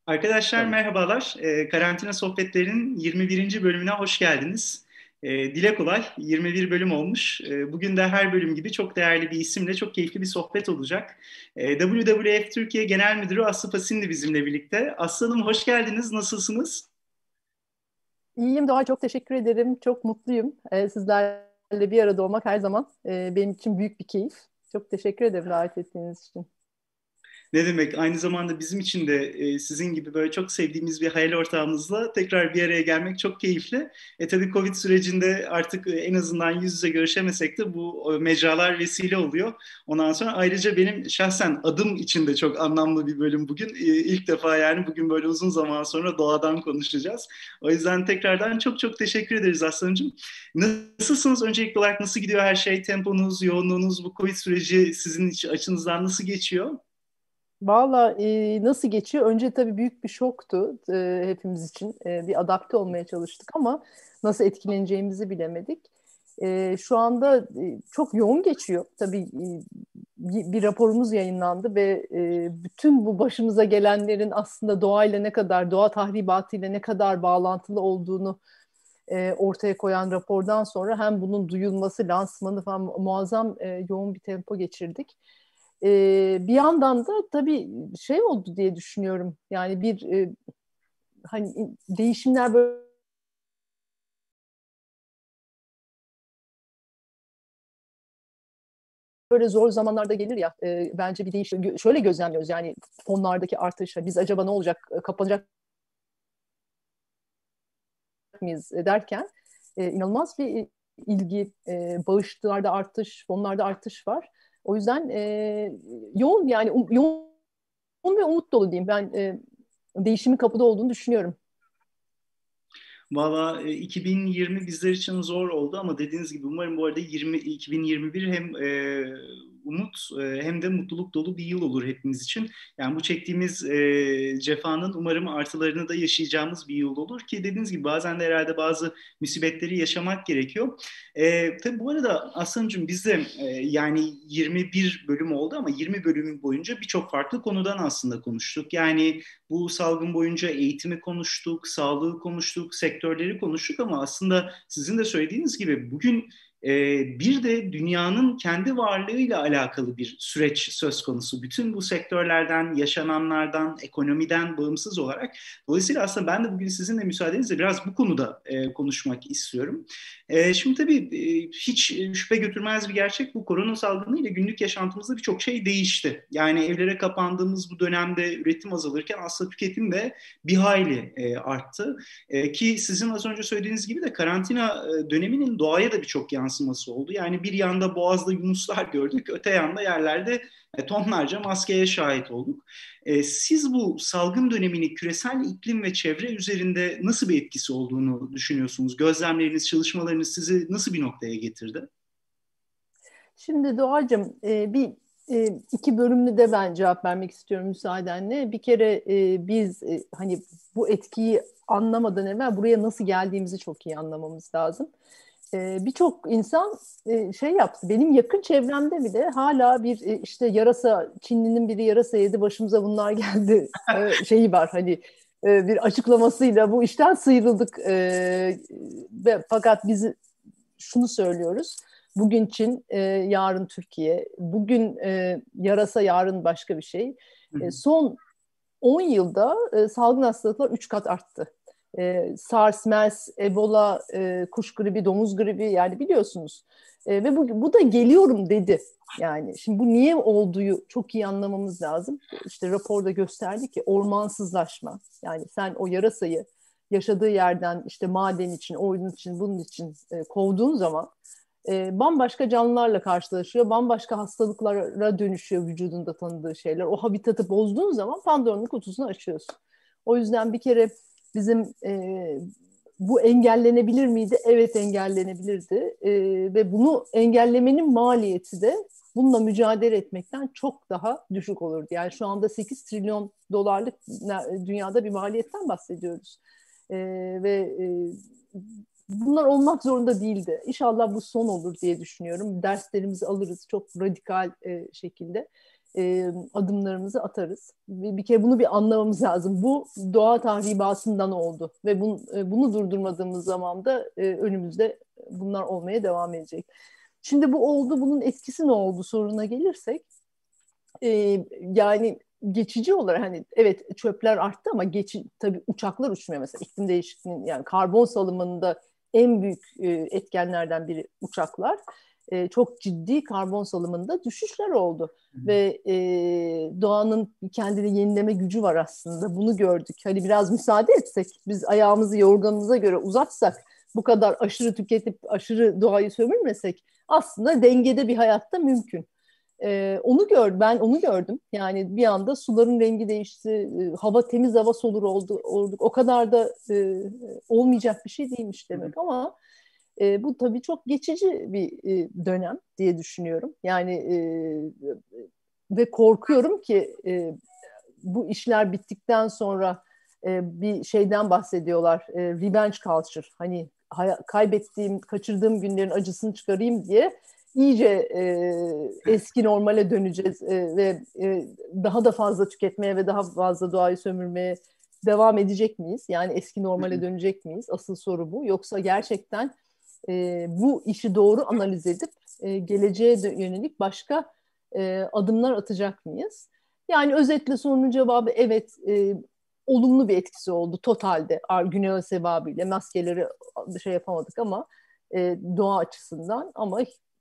Arkadaşlar Tabii. merhabalar. Karantina Sohbetleri'nin 21. bölümüne hoş geldiniz. Dile kolay 21 bölüm olmuş. Bugün de her bölüm gibi çok değerli bir isimle çok keyifli bir sohbet olacak. WWF Türkiye Genel Müdürü Aslı Pasindi bizimle birlikte. Aslı Hanım hoş geldiniz. Nasılsınız? İyiyim Doğa, çok teşekkür ederim. Çok mutluyum. Sizlerle bir arada olmak her zaman benim için büyük bir keyif. Çok teşekkür ederim davet ettiğiniz için. Ne demek? Aynı zamanda bizim için de sizin gibi böyle çok sevdiğimiz bir hayal ortağımızla tekrar bir araya gelmek çok keyifli. Tabii Covid sürecinde artık en azından yüz yüze görüşemesek de bu mecralar vesile oluyor. Ondan sonra ayrıca benim şahsen adım için de çok anlamlı bir bölüm bugün. İlk defa yani bugün böyle uzun zaman sonra doğadan konuşacağız. O yüzden tekrardan çok çok teşekkür ederiz Aslan'cığım. Nasılsınız? Öncelikli olarak nasıl gidiyor her şey? Temponuz, yoğunluğunuz, bu Covid süreci sizin açınızdan nasıl geçiyor? Valla nasıl geçiyor? Önce tabii büyük bir şoktu hepimiz için. Bir adapte olmaya çalıştık ama nasıl etkileneceğimizi bilemedik. Şu anda çok yoğun geçiyor. Tabii bir raporumuz yayınlandı ve bütün bu başımıza gelenlerin aslında doğayla ne kadar, doğa tahribatıyla ne kadar bağlantılı olduğunu ortaya koyan rapordan sonra hem bunun duyulması, lansmanı falan muazzam yoğun bir tempo geçirdik. Bir yandan da tabii şey oldu diye düşünüyorum. Yani hani değişimler böyle zor zamanlarda gelir ya. Bence bir değişim şöyle gözlemliyoruz. Yani fonlardaki artışa biz acaba ne olacak, kapanacak mıyız derken inanılmaz bir ilgi, bağışlarda artış, fonlarda artış var. O yüzden yoğun yani yoğun ve umut dolu diyeyim. Ben değişimin kapıda olduğunu düşünüyorum. Valla 2020 bizler için zor oldu ama dediğiniz gibi umarım bu arada 2021 hem umut hem de mutluluk dolu bir yıl olur hepimiz için. Yani bu çektiğimiz cefanın umarım artılarını da yaşayacağımız bir yıl olur ki dediğiniz gibi bazen de herhalde bazı musibetleri yaşamak gerekiyor. Tabii bu arada Aslan'cığım biz de yani 21 bölüm oldu ama 20 bölümün boyunca birçok farklı konudan aslında konuştuk. Yani bu salgın boyunca eğitimi konuştuk, sağlığı konuştuk, sektörleri konuştuk ama aslında sizin de söylediğiniz gibi bugün bir de dünyanın kendi varlığıyla alakalı bir süreç söz konusu. Bütün bu sektörlerden, yaşananlardan, ekonomiden bağımsız olarak. Dolayısıyla aslında ben de bugün sizinle müsaadenizle biraz bu konuda konuşmak istiyorum. Şimdi tabii hiç şüphe götürmez bir gerçek bu korona salgını ile günlük yaşantımızda birçok şey değişti. Yani evlere kapandığımız bu dönemde üretim azalırken aslında tüketim de bir hayli arttı. Ki sizin az önce söylediğiniz gibi de karantina döneminin doğaya da birçok yansıması oldu. Yani bir yanda Boğaz'da yunuslar gördük, öte yanda yerlerde tonlarca maskeye şahit olduk. Siz bu salgın dönemini küresel iklim ve çevre üzerinde nasıl bir etkisi olduğunu düşünüyorsunuz? Gözlemleriniz, çalışmalarınız sizi nasıl bir noktaya getirdi? Şimdi Doğacığım iki bölümlü de ben cevap vermek istiyorum müsaadenle. Bir kere biz hani bu etkiyi anlamadan evvel buraya nasıl geldiğimizi çok iyi anlamamız lazım. Birçok insan şey yaptı. Benim yakın çevremde bile hala bir işte yarasa, Çinlinin biri yarasa yedi başımıza bunlar geldi şeyi var. Hani bir açıklamasıyla bu işten sıyrıldık. Fakat biz şunu söylüyoruz. Bugün Çin, yarın Türkiye. Bugün yarasa, yarın başka bir şey. Son 10 yılda salgın hastalıklar 3 kat arttı. SARS, MERS, Ebola, kuş gribi, domuz gribi yani biliyorsunuz. Ve bu da geliyorum dedi. Yani şimdi bu niye olduğu çok iyi anlamamız lazım. İşte raporda gösterdi ki ormansızlaşma. Yani sen o yarasayı yaşadığı yerden işte maden için, oyun için, bunun için kovduğun zaman bambaşka canlılarla karşılaşıyor, bambaşka hastalıklara dönüşüyor vücudunda tanıdığı şeyler. O habitatı bozduğun zaman Pandora'nın kutusunu açıyorsun. O yüzden bir kere bizim bu engellenebilir miydi? Evet engellenebilirdi. Ve bunu engellemenin maliyeti de bununla mücadele etmekten çok daha düşük olurdu. Yani şu anda 8 trilyon dolarlık dünyada bir maliyetten bahsediyoruz. E, ve bunlar olmak zorunda değildi. İnşallah bu son olur diye düşünüyorum. Derslerimizi alırız çok radikal şekilde. adımlarımızı atarız. Bir kere bunu bir anlamamız lazım. Bu doğa tahribatından oldu ve bunu durdurmadığımız zaman da önümüzde bunlar olmaya devam edecek. Şimdi bu oldu, bunun etkisi ne oldu soruna gelirsek, yani geçici olarak hani evet çöpler arttı ama tabii uçaklar uçmuyor mesela, iklim değişikliğinin yani karbon salımında en büyük etkenlerden biri uçaklar. Çok ciddi karbon salımında düşüşler oldu. Ve doğanın kendini yenileme gücü var aslında. Bunu gördük. Hani biraz müsaade etsek, biz ayağımızı yorganımıza göre uzatsak, bu kadar aşırı tüketip aşırı doğayı sömürmesek aslında dengede bir hayatta mümkün. Ben onu gördüm. Yani bir anda suların rengi değişti, temiz hava solur olduk. O kadar da olmayacak bir şey değilmiş demek. Ama bu tabii çok geçici bir dönem diye düşünüyorum. Yani ve korkuyorum ki bu işler bittikten sonra bir şeyden bahsediyorlar. Revenge culture. Hani kaçırdığım günlerin acısını çıkarayım diye iyice eski normale döneceğiz ve daha da fazla tüketmeye ve daha fazla doğayı sömürmeye devam edecek miyiz? Yani eski normale dönecek miyiz? Asıl soru bu. Yoksa gerçekten bu işi doğru analiz edip geleceğe yönelik başka adımlar atacak mıyız? Yani özetle sorunun cevabı evet, olumlu bir etkisi oldu totalde. Güney Asya sebebiyle maskeleri şey yapamadık ama doğa açısından, ama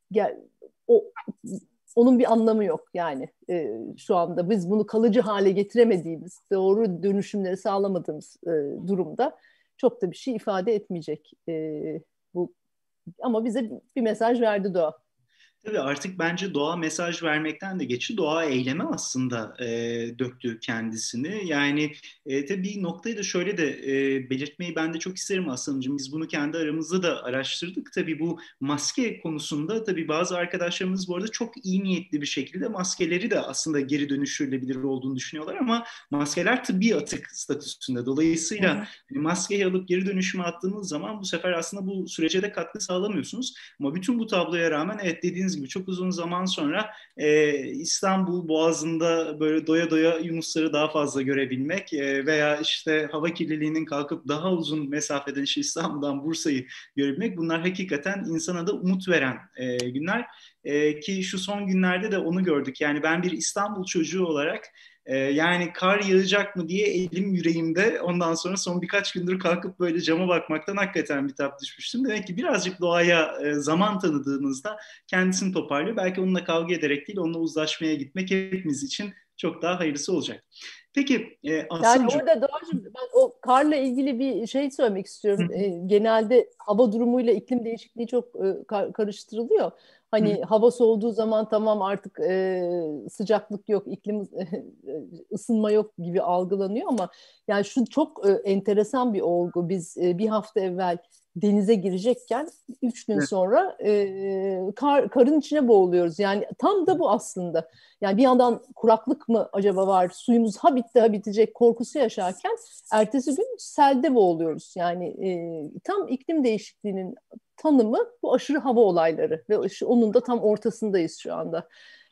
o onun bir anlamı yok yani şu anda biz bunu kalıcı hale getiremediğimiz, doğru dönüşümleri sağlamadığımız durumda çok da bir şey ifade etmeyecek bu, ama bize bir mesaj verdi doğa. Tabii artık bence doğa mesaj vermekten de geçti. Doğa eyleme aslında döktü kendisini. Yani tabii bir noktayı da şöyle de belirtmeyi ben de çok isterim Aslanımcığım. Biz bunu kendi aramızda da araştırdık. Tabii bu maske konusunda tabii bazı arkadaşlarımız bu arada çok iyi niyetli bir şekilde maskeleri de aslında geri dönüştürülebilir olduğunu düşünüyorlar ama maskeler tıbbi atık statüsünde. Dolayısıyla hani maskeyi alıp geri dönüşüme attığınız zaman bu sefer aslında bu sürece de katkı sağlamıyorsunuz. Ama bütün bu tabloya rağmen evet dediğiniz gibi çok uzun zaman sonra İstanbul Boğazı'nda böyle doya doya yunusları daha fazla görebilmek veya işte hava kirliliğinin kalkıp daha uzun mesafeden işte İstanbul'dan Bursa'yı görebilmek, bunlar hakikaten insana da umut veren günler. Ki şu son günlerde de onu gördük. Yani ben bir İstanbul çocuğu olarak yani kar yağacak mı diye elim yüreğimde, ondan sonra son birkaç gündür kalkıp böyle cama bakmaktan hakikaten bitap düşmüştüm. Demek ki birazcık doğaya zaman tanıdığınızda kendisini toparlıyor. Belki onunla kavga ederek değil, onunla uzlaşmaya gitmek hepimiz için çok daha hayırlısı olacak. Peki yani Aslı'cığım. orada Doğacığım, ben o karla ilgili bir şey söylemek istiyorum. Genelde hava durumuyla iklim değişikliği çok karıştırılıyor. Hani hava soğuduğu zaman tamam artık sıcaklık yok, iklim ısınma yok gibi algılanıyor ama yani şu çok enteresan bir olgu. Biz bir hafta evvel denize girecekken 3 gün sonra karın içine boğuluyoruz. Yani tam da bu aslında. Yani bir yandan kuraklık mı acaba var, suyumuz ha bitti ha bitecek korkusu yaşarken ertesi gün selde boğuluyoruz. Yani tam iklim değişikliğinin tanımı bu aşırı hava olayları ve onun da tam ortasındayız şu anda.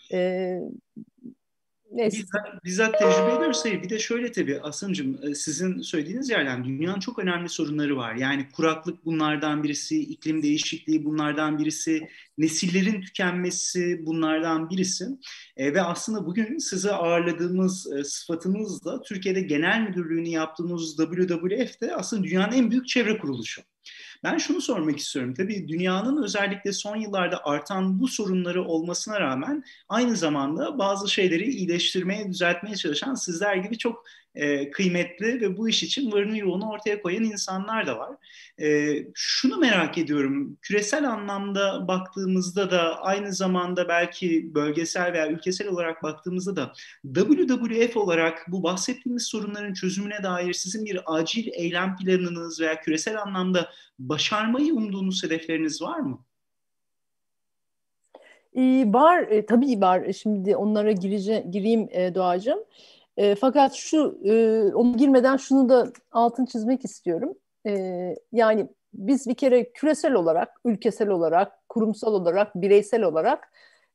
Neyse. Bizzat tecrübe ediyoruz. Bir de şöyle tabii Asım'cığım, sizin söylediğiniz yerden dünyanın çok önemli sorunları var. Yani kuraklık bunlardan birisi, iklim değişikliği bunlardan birisi, nesillerin tükenmesi bunlardan birisi. Ve aslında bugün size ağırladığımız sıfatımızla Türkiye'de genel müdürlüğünü yaptığımız WWF de aslında dünyanın en büyük çevre kuruluşu. Ben şunu sormak istiyorum. Tabii dünyanın özellikle son yıllarda artan bu sorunları olmasına rağmen aynı zamanda bazı şeyleri iyileştirmeye, düzeltmeye çalışan sizler gibi çok kıymetli ve bu iş için varını yoğunu ortaya koyan insanlar da var. Şunu merak ediyorum. Küresel anlamda baktığımızda da aynı zamanda belki bölgesel veya ülkesel olarak baktığımızda da WWF olarak bu bahsettiğimiz sorunların çözümüne dair sizin bir acil eylem planınız veya küresel anlamda başarmayı umduğunuz hedefleriniz var mı? Var, tabii var. Şimdi onlara gireyim Doğacığım. Fakat onu girmeden şunu da altın çizmek istiyorum. Yani biz bir kere küresel olarak, ülkesel olarak, kurumsal olarak, bireysel olarak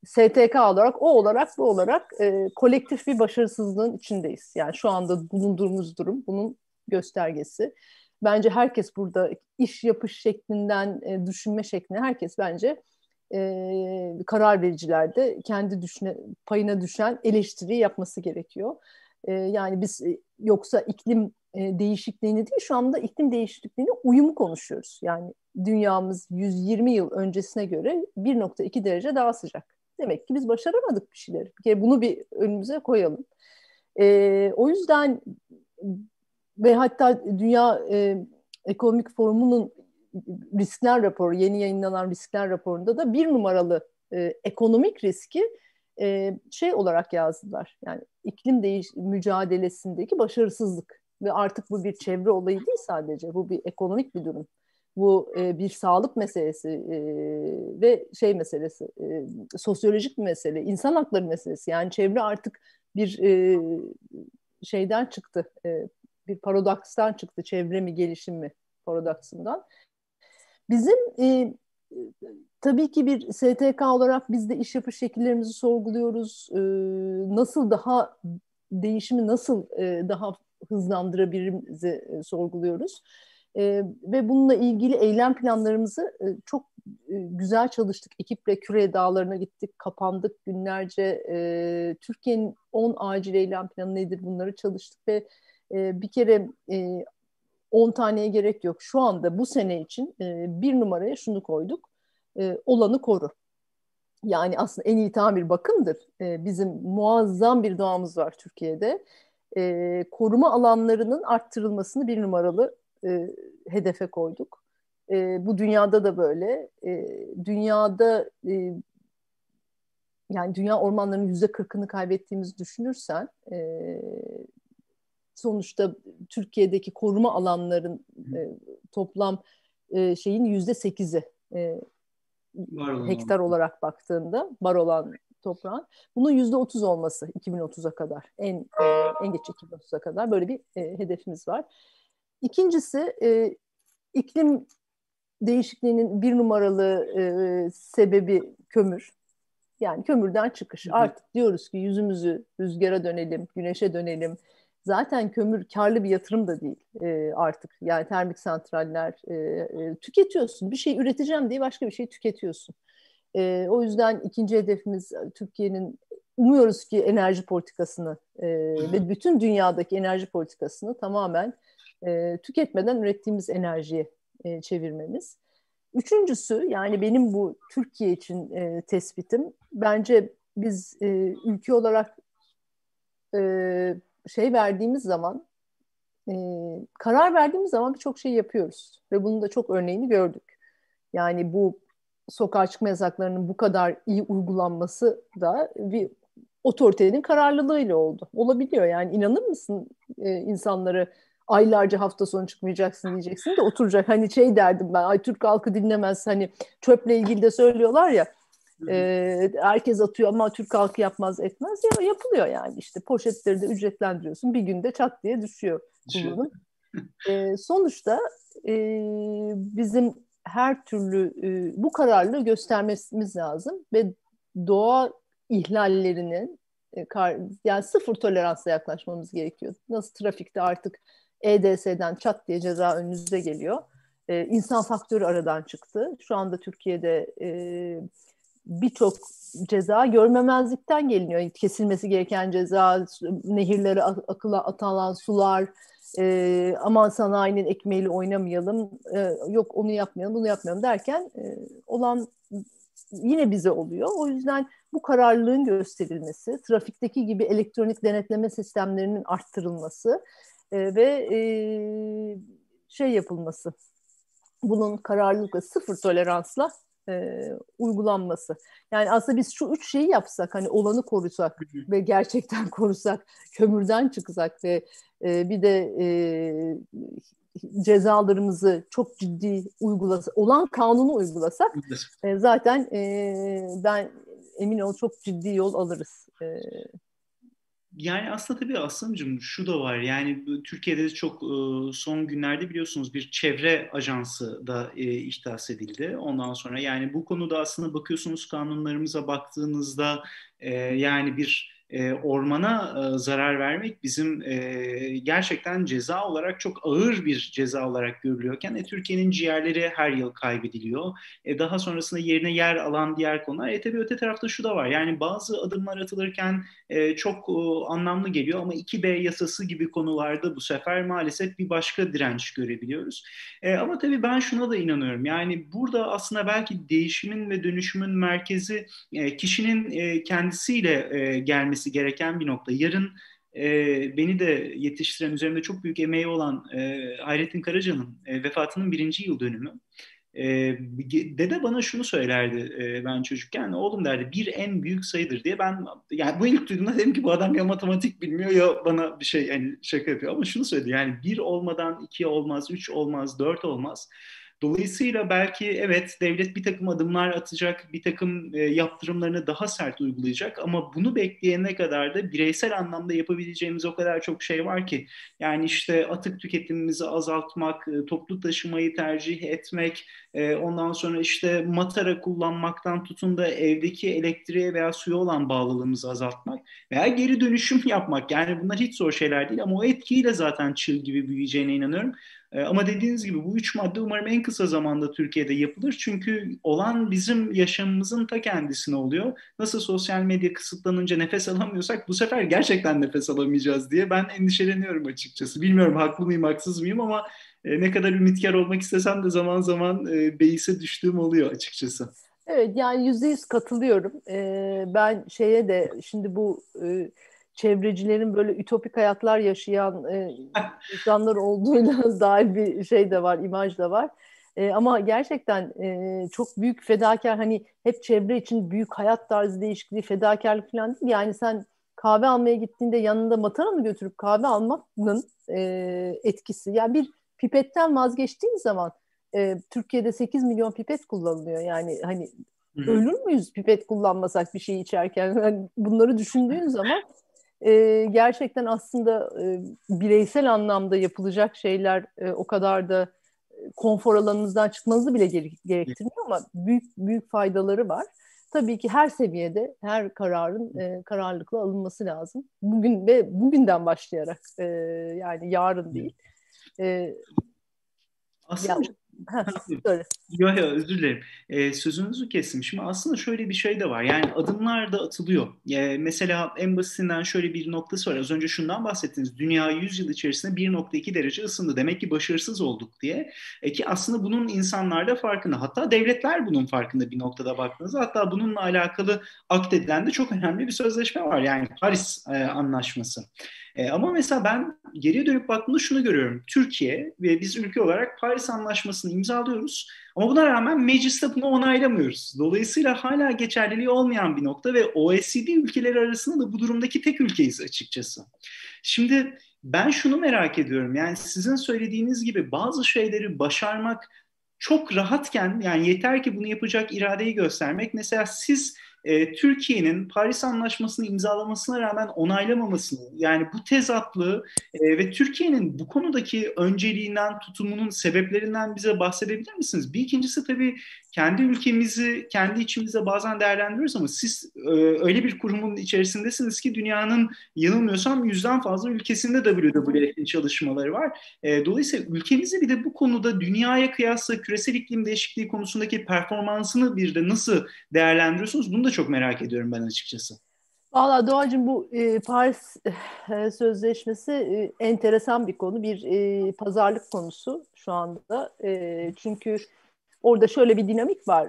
STK olarak, o olarak, bu olarak kolektif bir başarısızlığın içindeyiz. Yani şu anda bulunduğumuz durum bunun göstergesi. Bence herkes burada iş yapış şeklinden düşünme şekline, herkes bence karar vericilerde kendi payına düşen eleştiriyi yapması gerekiyor. Yani biz yoksa iklim değişikliğini değil, şu anda iklim değişikliğine uyumu konuşuyoruz. Yani dünyamız 120 yıl öncesine göre 1,2 derece daha sıcak. Demek ki biz başaramadık bir şeyleri. Bir kere bunu bir önümüze koyalım. O yüzden ve hatta Dünya Ekonomik Forumu'nun riskler raporu, yeni yayınlanan riskler raporunda da bir numaralı ekonomik riski şey olarak yazdılar. Yani iklim mücadelesindeki başarısızlık. Ve artık bu bir çevre olayı değil sadece. Bu bir ekonomik bir durum. Bu bir sağlık meselesi ve şey meselesi, sosyolojik bir mesele, insan hakları meselesi. Yani çevre artık bir şeyden çıktı, bir paradokstan çıktı. Çevre mi, gelişim mi paradoksundan. Bizim tabii ki bir STK olarak biz de iş yapış şekillerimizi sorguluyoruz. Nasıl daha değişimi nasıl daha hızlandırabiliriz sorguluyoruz. Ve bununla ilgili eylem planlarımızı çok güzel çalıştık. Ekiple Küre Dağları'na gittik, kapandık günlerce. Türkiye'nin 10 acil eylem planı nedir, bunları çalıştık ve bir kere 10 taneye gerek yok. Şu anda bu sene için bir numaraya şunu koyduk. Olanı koru. Yani aslında en iyi tabir bakımdır. Bizim muazzam bir doğamız var Türkiye'de. Koruma alanlarının arttırılmasını bir numaralı hedefe koyduk. Bu dünyada da böyle. Dünyada yani dünya ormanlarının %40'ını kaybettiğimizi düşünürsen sonuçta Türkiye'deki koruma alanların toplam şeyin %8'i hektar olarak baktığında var olan toprağın. Bunun %30 olması 2030'a kadar. En geç 2030'a kadar böyle bir hedefimiz var. İkincisi iklim değişikliğinin bir numaralı sebebi kömür. Yani kömürden çıkış. Artık diyoruz ki yüzümüzü rüzgara dönelim, güneşe dönelim. Zaten kömür karlı bir yatırım da değil artık. Yani termik santraller tüketiyorsun. Bir şey üreteceğim diye başka bir şey tüketiyorsun. O yüzden ikinci hedefimiz Türkiye'nin, umuyoruz ki enerji politikasını ve bütün dünyadaki enerji politikasını tamamen tüketmeden ürettiğimiz enerjiye çevirmemiz. Üçüncüsü, yani benim bu Türkiye için tespitim, bence biz ülke olarak verdiğimiz zaman, karar verdiğimiz zaman birçok şey yapıyoruz ve bunun da çok örneğini gördük. Yani bu sokağa çıkma yasaklarının bu kadar iyi uygulanması da bir otoritenin kararlılığıyla oldu. Olabiliyor yani, inanır mısın insanları aylarca hafta sonu çıkmayacaksın diyeceksin de oturacak. Hani şey derdim ben, ay Türk halkı dinlemez, hani çöple ilgili de söylüyorlar ya, herkes atıyor ama Türk halkı yapmaz etmez ya, yapılıyor yani. İşte poşetleri de ücretlendiriyorsun, bir günde çat diye düşüyor kullanım. Sonuçta bizim her türlü bu kararlılığı göstermemiz lazım ve doğa ihlallerinin yani sıfır toleransla yaklaşmamız gerekiyor. Nasıl trafikte artık EDS'den çat diye ceza önünüze geliyor. İnsan faktörü aradan çıktı. Şu anda Türkiye'de birçok ceza görmemezlikten geliniyor. Kesilmesi gereken ceza, nehirlere akıla atılan sular, aman sanayinin ekmeğiyle oynamayalım, yok onu yapmayalım, bunu yapmayalım derken olan yine bize oluyor. O yüzden bu kararlılığın gösterilmesi, trafikteki gibi elektronik denetleme sistemlerinin arttırılması ve şey yapılması, bunun kararlılıkla, sıfır toleransla uygulanması. Yani aslında biz şu üç şeyi yapsak, hani olanı korusak ve gerçekten korusak, kömürden çıksak ve bir de cezalarımızı çok ciddi uygulasak, olan kanunu uygulasak, zaten ben emin ol çok ciddi yol alırız. Yani aslında tabii Aslı'cığım şu da var. Yani Türkiye'de çok son günlerde biliyorsunuz bir çevre ajansı da ihdas edildi. Ondan sonra yani bu konuda aslında bakıyorsunuz kanunlarımıza baktığınızda yani bir ormana zarar vermek bizim gerçekten ceza olarak çok ağır bir ceza olarak görülüyorken Türkiye'nin ciğerleri her yıl kaybediliyor. Daha sonrasında yerine yer alan diğer konular. Tabii öte tarafta şu da var. Yani bazı adımlar atılırken çok anlamlı geliyor ama 2B yasası gibi konularda bu sefer maalesef bir başka direnç görebiliyoruz. Ama tabii ben şuna da inanıyorum. Yani burada aslında belki değişimin ve dönüşümün merkezi kişinin kendisiyle gelmesi gereken bir nokta. Yarın beni de yetiştiren, üzerinde çok büyük emeği olan Hayrettin Karaca'nın vefatının 1. yıl dönümü. Dede bana şunu söylerdi ben çocukken. Oğlum derdi bir en büyük sayıdır diye. Ben yani bu ilk duyduğumda dedim ki bu adam ya matematik bilmiyor ya bana bir şey yani şaka yapıyor. Ama şunu söyledi yani bir olmadan iki olmaz, üç olmaz, dört olmaz. Dolayısıyla belki evet devlet bir takım adımlar atacak, bir takım yaptırımlarını daha sert uygulayacak ama bunu bekleyene kadar da bireysel anlamda yapabileceğimiz o kadar çok şey var ki. Yani işte atık tüketimimizi azaltmak, toplu taşımayı tercih etmek, ondan sonra işte matara kullanmaktan tutun da evdeki elektriğe veya suya olan bağlılığımızı azaltmak veya geri dönüşüm yapmak. Yani bunlar hiç zor şeyler değil ama o etkiyle zaten çığ gibi büyüyeceğine inanıyorum. Ama dediğiniz gibi bu 3 madde umarım en kısa zamanda Türkiye'de yapılır. Çünkü olan bizim yaşamımızın ta kendisine oluyor. Nasıl sosyal medya kısıtlanınca nefes alamıyorsak bu sefer gerçekten nefes alamayacağız diye ben endişeleniyorum açıkçası. Bilmiyorum haklı mıyım haksız mıyım ama ne kadar ümitkar olmak istesem de zaman zaman beise düştüğüm oluyor açıkçası. Evet, yani %100 katılıyorum. Ben şeye de şimdi bu çevrecilerin böyle ütopik hayatlar yaşayan insanlar olduğuyla dair bir şey de var, imaj da var. Ama gerçekten çok büyük fedakar, hani hep çevre için büyük hayat tarzı değişikliği, fedakarlık falan değil. Yani sen kahve almaya gittiğinde yanında matara mı götürüp kahve almanın etkisi. Yani bir pipetten vazgeçtiğin zaman Türkiye'de 8 milyon pipet kullanılıyor. Yani hani Hı hı. ölür müyüz pipet kullanmasak bir şey içerken? Yani bunları düşündüğün zaman gerçekten aslında bireysel anlamda yapılacak şeyler o kadar da konfor alanınızdan çıkmanızı bile gerektirmiyor ama büyük büyük faydaları var. Tabii ki her seviyede her kararın kararlılıkla alınması lazım. Bugün ve bugünden başlayarak yani yarın değil. E, ya Aslında heh, söyle. Yo yo özür dilerim. Sözünüzü kestim. Şimdi aslında şöyle bir şey de var. Yani adımlar da atılıyor. Mesela en basitinden şöyle bir noktası var. Az önce şundan bahsettiniz. Dünya 100 yıl içerisinde 1,2 derece ısındı. Demek ki başarısız olduk diye. Ki aslında bunun insanlar da farkında. Hatta devletler bunun farkında bir noktada baktığınızda. Hatta bununla alakalı akdedilen de çok önemli bir sözleşme var. Yani Paris Anlaşması. Ama mesela ben geriye dönüp baktığımda şunu görüyorum. Türkiye ve biz ülke olarak Paris Anlaşması'nı imzalıyoruz. Ama buna rağmen mecliste bunu onaylamıyoruz. Dolayısıyla hala geçerliliği olmayan bir nokta ve OECD ülkeleri arasında da bu durumdaki tek ülkeyiz açıkçası. Şimdi ben şunu merak ediyorum. Yani sizin söylediğiniz gibi bazı şeyleri başarmak çok rahatken yani yeter ki bunu yapacak iradeyi göstermek. Mesela siz Türkiye'nin Paris Anlaşması'nı imzalamasına rağmen onaylamamasını yani bu tezatlığı ve Türkiye'nin bu konudaki önceliğinden, tutumunun sebeplerinden bize bahsedebilir misiniz? Bir ikincisi tabii kendi ülkemizi kendi içimizde bazen değerlendiriyoruz ama siz öyle bir kurumun içerisindesiniz ki dünyanın yanılmıyorsam 100'den fazla ülkesinde WWF'in çalışmaları var. Dolayısıyla ülkemizi bir de bu konuda dünyaya kıyasla küresel iklim değişikliği konusundaki performansını bir de nasıl değerlendiriyorsunuz? Bunu da çok merak ediyorum ben açıkçası. Valla Doğacığım bu Paris Sözleşmesi enteresan bir konu. Bir pazarlık konusu şu anda. Çünkü orada şöyle bir dinamik var.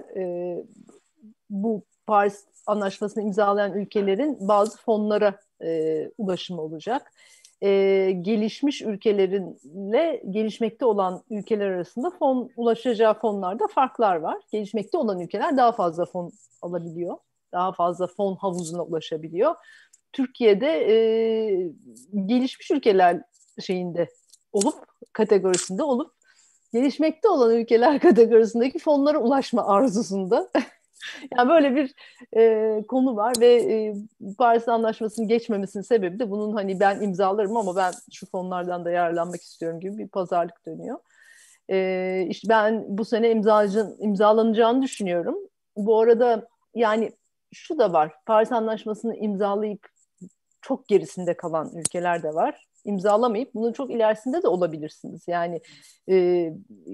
Bu Paris Anlaşması'nı imzalayan ülkelerin bazı fonlara ulaşımı olacak. Gelişmiş ülkelerinle gelişmekte olan ülkeler arasında ulaşacağı fonlarda farklar var. Gelişmekte olan ülkeler daha fazla fon alabiliyor. Daha fazla fon havuzuna ulaşabiliyor. Türkiye'de gelişmiş ülkeler şeyinde olup kategorisinde olup gelişmekte olan ülkeler kategorisindeki fonlara ulaşma arzusunda. Yani böyle bir konu var ve Paris Anlaşması'nın geçmemesinin sebebi de bunun, hani ben imzalarım ama ben şu fonlardan da yararlanmak istiyorum gibi bir pazarlık dönüyor. İşte ben bu sene imzalanacağını düşünüyorum. Bu arada yani şu da var. Paris Anlaşması'nı imzalayıp çok gerisinde kalan ülkeler de var. İmzalamayıp bunun çok ilerisinde de olabilirsiniz. Yani e,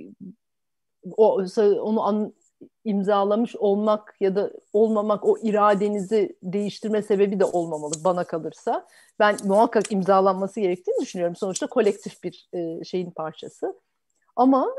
onu imzalamış olmak ya da olmamak o iradenizi değiştirme sebebi de olmamalı bana kalırsa. Ben muhakkak imzalanması gerektiğini düşünüyorum. Sonuçta kolektif bir şeyin parçası. Ama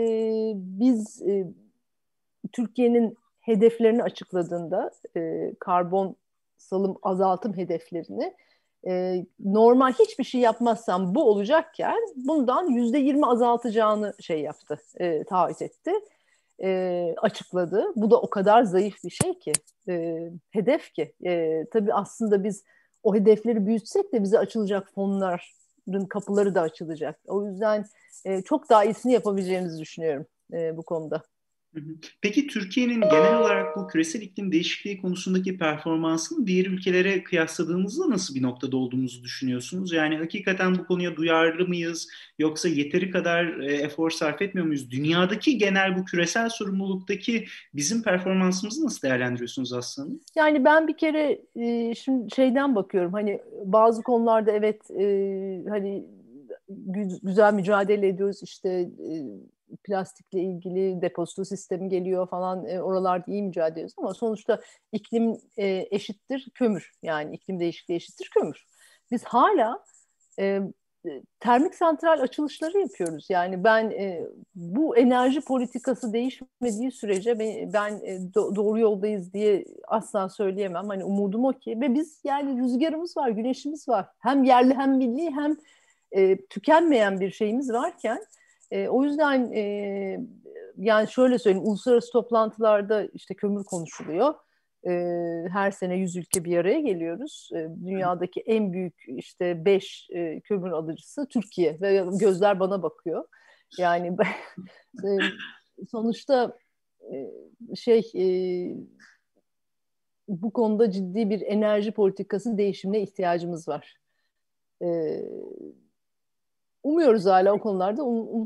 biz Türkiye'nin hedeflerini açıkladığında karbon salım azaltım hedeflerini normal hiçbir şey yapmazsam bu olacakken bundan %20 azaltacağını şey yaptı, taahhüt etti, açıkladı. Bu da o kadar zayıf bir şey ki, hedef ki. Tabii aslında biz o hedefleri büyütsek de bize açılacak fonların kapıları da açılacak. O yüzden çok daha iyisini yapabileceğimizi düşünüyorum bu konuda. Hı hı. Peki Türkiye'nin genel olarak bu küresel iklim değişikliği konusundaki performansını diğer ülkelere kıyasladığımızda nasıl bir noktada olduğumuzu düşünüyorsunuz? Yani hakikaten bu konuya duyarlı mıyız yoksa yeteri kadar efor sarf etmiyor muyuz? Dünyadaki genel bu küresel sorumluluktaki bizim performansımızı nasıl değerlendiriyorsunuz aslında? Yani ben bir kere şimdi şeyden bakıyorum, hani bazı konularda evet, hani güzel mücadele ediyoruz, işte plastikle ilgili depozito sistemi geliyor falan, oralarda iyi mücadele ediyoruz ama sonuçta iklim eşittir kömür, yani iklim değişikliği eşittir kömür. Biz hala e, termik santral açılışları yapıyoruz. Yani ben bu enerji politikası değişmediği sürece ben doğru yoldayız diye asla söyleyemem. Hani umudum o ki, ve biz yani rüzgarımız var, güneşimiz var. Hem yerli hem milli hem tükenmeyen bir şeyimiz varken o yüzden yani şöyle söyleyeyim, uluslararası toplantılarda işte kömür konuşuluyor. Her sene 100 ülke bir araya geliyoruz. Dünyadaki en büyük işte 5 kömür alıcısı Türkiye ve gözler bana bakıyor. Yani e, sonuçta şey bu konuda ciddi bir enerji politikası değişimine ihtiyacımız var. E, Umuyoruz hala o konularda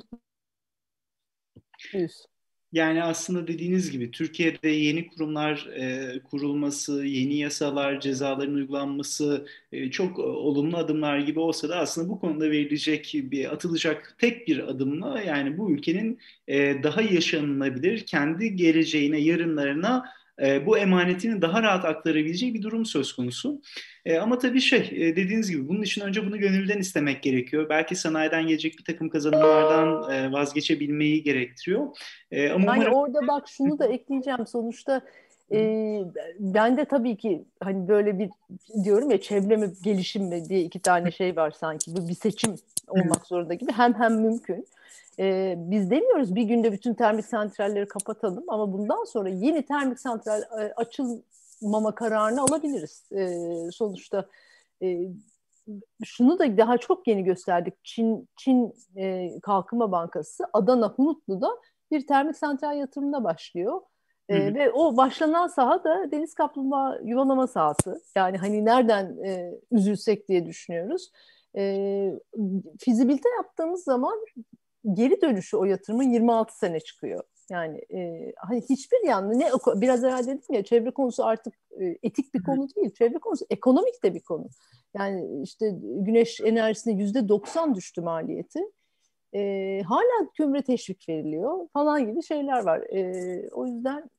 umutluyuz. Yani aslında dediğiniz gibi Türkiye'de yeni kurumlar kurulması, yeni yasalar, cezaların uygulanması çok olumlu adımlar gibi olsa da aslında bu konuda verilecek bir atılacak tek bir adımla yani bu ülkenin daha yaşanılabilir, kendi geleceğine, yarınlarına bu emanetini daha rahat aktarabileceği bir durum söz konusu. Ama tabii dediğiniz gibi bunun için önce bunu gönülden istemek gerekiyor. Belki sanayiden gelecek bir takım kazanımlardan vazgeçebilmeyi gerektiriyor. Ama Yani umarım. orada bak şunu da ekleyeceğim. Sonuçta e, ben de tabii ki hani böyle bir, diyorum ya, çevre mi gelişim mi diye iki tane şey var sanki. Bu bir seçim olmak zorunda gibi. Hem mümkün. Biz demiyoruz bir günde bütün termik santralleri kapatalım ama bundan sonra yeni termik santral açılmama kararını alabiliriz. Sonuçta e, şunu da daha çok yeni gösterdik. Çin Kalkınma Bankası Adana Hunutlu'da bir termik santral yatırımına başlıyor. Hı hı. Ve o başlanan saha da deniz kaplumbağa yuvalama sahası. Yani hani nereden üzülsek diye düşünüyoruz. Fizibilite yaptığımız zaman geri dönüşü o yatırımın 26 sene çıkıyor. Yani hani hiçbir yanlı biraz evvel dedim ya, çevre konusu artık etik bir konu değil. Çevre konusu ekonomik de bir konu. Yani işte güneş enerjisine %90 düştü maliyeti. Hala kömüre teşvik veriliyor falan gibi şeyler var. O yüzden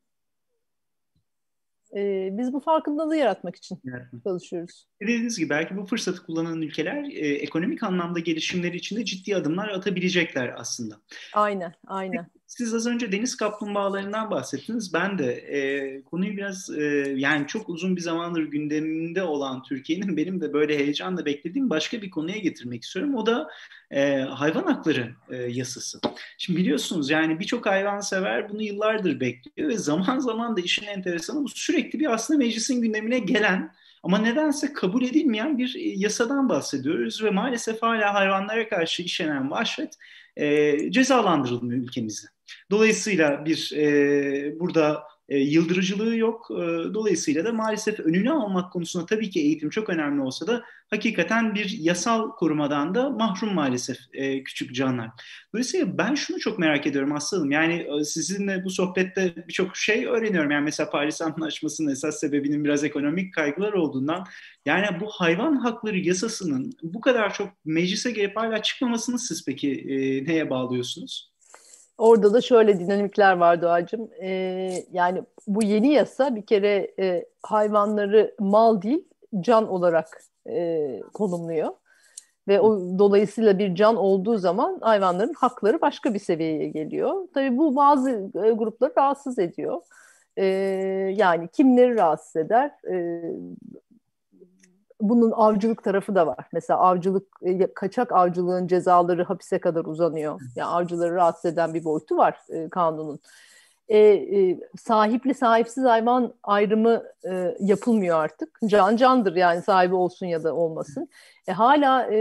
biz bu farkındalığı yaratmak için Evet. çalışıyoruz. Dediğiniz gibi belki bu fırsatı kullanan ülkeler ekonomik anlamda gelişimleri için de ciddi adımlar atabilecekler aslında. Aynen, aynen. Siz az önce deniz kaplumbağalarından bahsettiniz. Ben de konuyu biraz yani çok uzun bir zamandır gündeminde olan Türkiye'nin benim de böyle heyecanla beklediğim başka bir konuya getirmek istiyorum. O da hayvan hakları yasası. Şimdi biliyorsunuz yani birçok hayvansever bunu yıllardır bekliyor ve zaman zaman da işin enteresanı bu sürekli bir aslında meclisin gündemine gelen ama nedense kabul edilmeyen bir yasadan bahsediyoruz ve maalesef hala hayvanlara karşı işlenen vahşet cezalandırılmıyor ülkemizde. Dolayısıyla burada yıldırıcılığı yok. Dolayısıyla da maalesef önünü almak konusunda tabii ki eğitim çok önemli olsa da hakikaten bir yasal korumadan da mahrum maalesef küçük canlar. Dolayısıyla ben şunu çok merak ediyorum aslanım. Yani sizinle bu sohbette birçok şey öğreniyorum. Yani mesela Paris Anlaşması'nın esas sebebinin biraz ekonomik kaygılar olduğundan, yani bu hayvan hakları yasasının bu kadar çok meclise gelip hala çıkmamasını siz peki neye bağlıyorsunuz? Orada da şöyle dinamikler var Doğacığım. Yani bu yeni yasa bir kere hayvanları mal değil, can olarak konumluyor. Ve o dolayısıyla bir can olduğu zaman hayvanların hakları başka bir seviyeye geliyor. Tabii bu bazı grupları rahatsız ediyor. E, Yani kimleri rahatsız eder? Bunun avcılık tarafı da var. Mesela kaçak avcılığın cezaları hapise kadar uzanıyor. Yani avcıları rahatsız eden bir boyutu var kanunun. Sahipli sahipsiz hayvan ayrımı yapılmıyor artık. Can candır, yani sahibi olsun ya da olmasın. Hala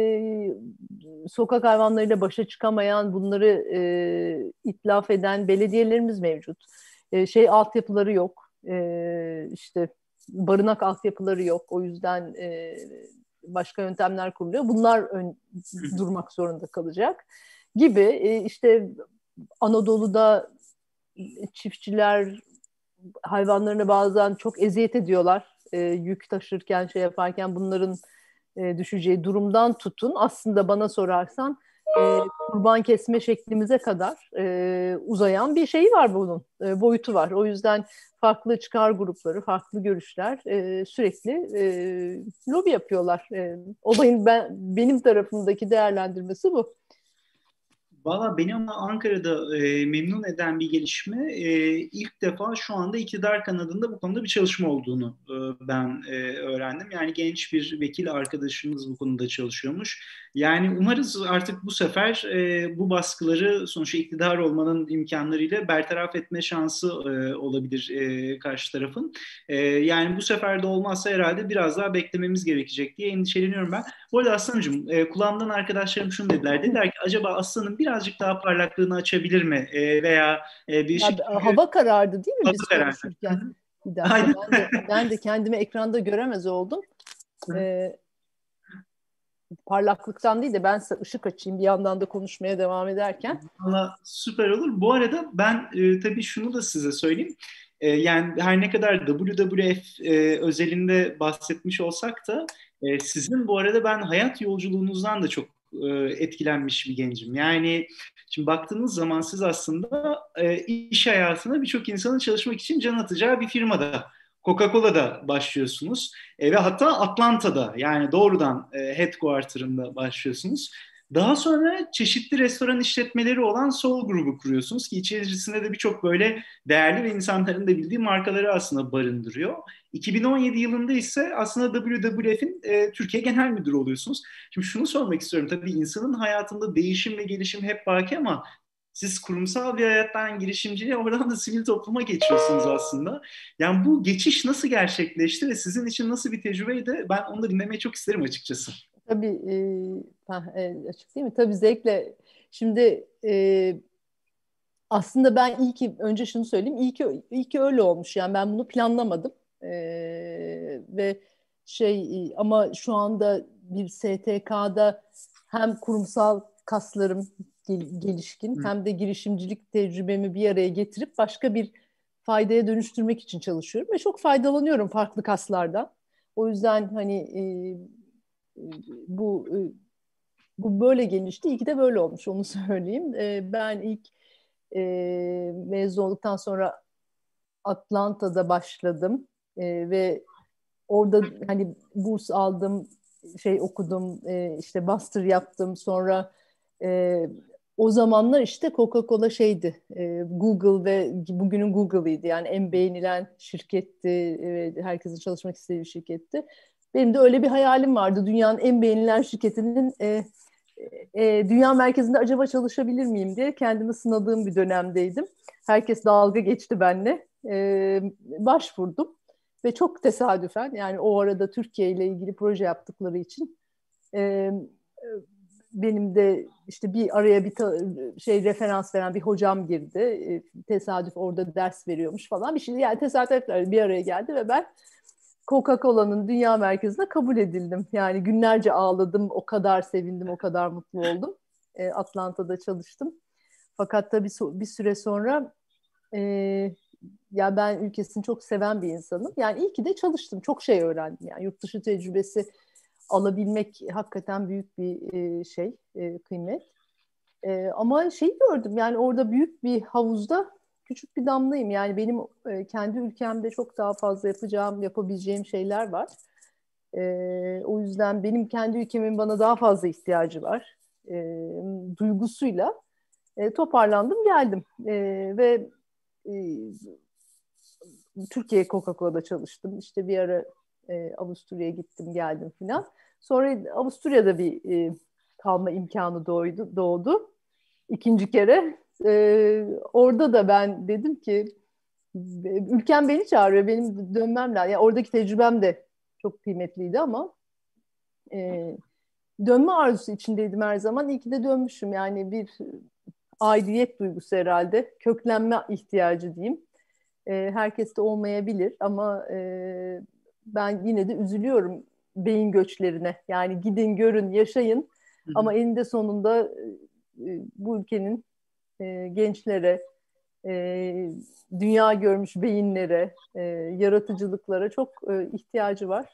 sokak hayvanlarıyla başa çıkamayan, bunları itlaf eden belediyelerimiz mevcut. Altyapıları yok. İşte barınak altyapıları yok. O yüzden başka yöntemler kuruluyor. Bunlar durmak zorunda kalacak gibi. İşte Anadolu'da çiftçiler hayvanlarını bazen çok eziyet ediyorlar. Yük taşırken, şey yaparken bunların düşeceği durumdan tutun. Aslında bana sorarsan kurban kesme şeklimize kadar uzayan bir şeyi var bunun, boyutu var. O yüzden farklı çıkar grupları, farklı görüşler sürekli lobi yapıyorlar. Olayın benim tarafımdaki değerlendirmesi bu. Valla beni ama Ankara'da memnun eden bir gelişme, ilk defa şu anda iktidar kanadında bu konuda bir çalışma olduğunu ben öğrendim. Yani genç bir vekil arkadaşımız bu konuda çalışıyormuş. Yani umarız artık bu sefer bu baskıları sonuçta iktidar olmanın imkanlarıyla bertaraf etme şansı olabilir karşı tarafın. Yani bu sefer de olmazsa herhalde biraz daha beklememiz gerekecek diye endişeleniyorum ben. Bu arada Aslan'cığım, kulağımdan arkadaşlarım şunu dediler. Dediler ki acaba Aslan'ın birazcık daha parlaklığını açabilir mi? Veya bir Ya, ışık hava karardı değil mi hava biz karardı. konuşurken? Bir dakika, Aynen. ben de kendimi ekranda göremez oldum. Ee, Parlaklıktan değil de ben size ışık açayım bir yandan da konuşmaya devam ederken. Valla süper olur. Bu arada ben tabii şunu da size söyleyeyim. Yani her ne kadar WWF özelinde bahsetmiş olsak da sizin bu arada ben hayat yolculuğunuzdan da çok etkilenmiş bir gencim. Yani şimdi baktığınız zaman siz aslında iş hayatına birçok insanın çalışmak için can atacağı bir firmada, Coca-Cola'da başlıyorsunuz. Ve hatta Atlanta'da, yani doğrudan headquarter'ında başlıyorsunuz. Daha sonra çeşitli restoran işletmeleri olan Soul grubu kuruyorsunuz ki içerisinde de birçok böyle değerli ve insanların da bildiği markaları aslında barındırıyor. 2017 yılında ise aslında WWF'in Türkiye Genel Müdürü oluyorsunuz. Şimdi şunu sormak istiyorum. Tabii insanın hayatında değişim ve gelişim hep baki ama siz kurumsal bir hayattan girişimciliğe, oradan da sivil topluma geçiyorsunuz aslında. Yani bu geçiş nasıl gerçekleşti ve sizin için nasıl bir tecrübeydi? Ben onu da dinlemeyi çok isterim açıkçası. Tabii açık değil mi? Tabii zevkle. Şimdi aslında ben önce şunu söyleyeyim. İyi ki öyle olmuş. Yani ben bunu planlamadım. Ve ama şu anda bir STK'da hem kurumsal kaslarım gelişkin hem de girişimcilik tecrübemi bir araya getirip başka bir faydaya dönüştürmek için çalışıyorum ve çok faydalanıyorum farklı kaslardan. O yüzden hani bu bu böyle gelişti. İyi ki de böyle olmuş, onu söyleyeyim. Ben ilk mezun olduktan sonra Atlanta'da başladım. Ve orada hani burs aldım, okudum, işte master yaptım. Sonra e, o zamanlar işte Coca-Cola Google ve bugünün Google'ıydı. Yani en beğenilen şirketti, herkesin çalışmak istediği bir şirketti. Benim de öyle bir hayalim vardı. Dünyanın en beğenilen şirketinin dünya merkezinde acaba çalışabilir miyim diye kendimi sınadığım bir dönemdeydim. Herkes dalga geçti benimle. Başvurdum ve çok tesadüfen, yani o arada Türkiye ile ilgili proje yaptıkları için e, benim de işte bir araya referans veren bir hocam girdi. Tesadüf orada ders veriyormuş falan bir şey. Yani tesadüfler bir araya geldi ve ben Coca-Cola'nın dünya merkezine kabul edildim. Yani günlerce ağladım, o kadar sevindim, o kadar mutlu oldum. Atlanta'da çalıştım. Fakat tabii bir süre sonra ya ben ülkesini çok seven bir insanım. Yani iyi ki de çalıştım. Çok şey öğrendim. Yani yurt dışı tecrübesi alabilmek hakikaten büyük bir kıymet. Ama gördüm yani orada büyük bir havuzda küçük bir damlayım. Yani benim kendi ülkemde çok daha fazla yapabileceğim şeyler var. O yüzden benim kendi ülkemin bana daha fazla ihtiyacı var. Duygusuyla toparlandım geldim. Ve e, Türkiye Coca-Cola'da çalıştım. İşte bir ara Avusturya'ya gittim geldim filan. Sonra Avusturya'da bir kalma imkanı doğdu. İkinci kere. Orada da ben dedim ki ülkem beni çağırıyor. Benim dönmem lazım. Yani oradaki tecrübem de çok kıymetliydi ama dönme arzusu içindeydim her zaman. İyi ki de dönmüşüm. Yani bir aidiyet duygusu herhalde. Köklenme ihtiyacı diyeyim. Herkeste olmayabilir ama ben yine de üzülüyorum beyin göçlerine. Yani gidin, görün, yaşayın ama eninde sonunda bu ülkenin gençlere, dünya görmüş beyinlere, yaratıcılıklara çok ihtiyacı var.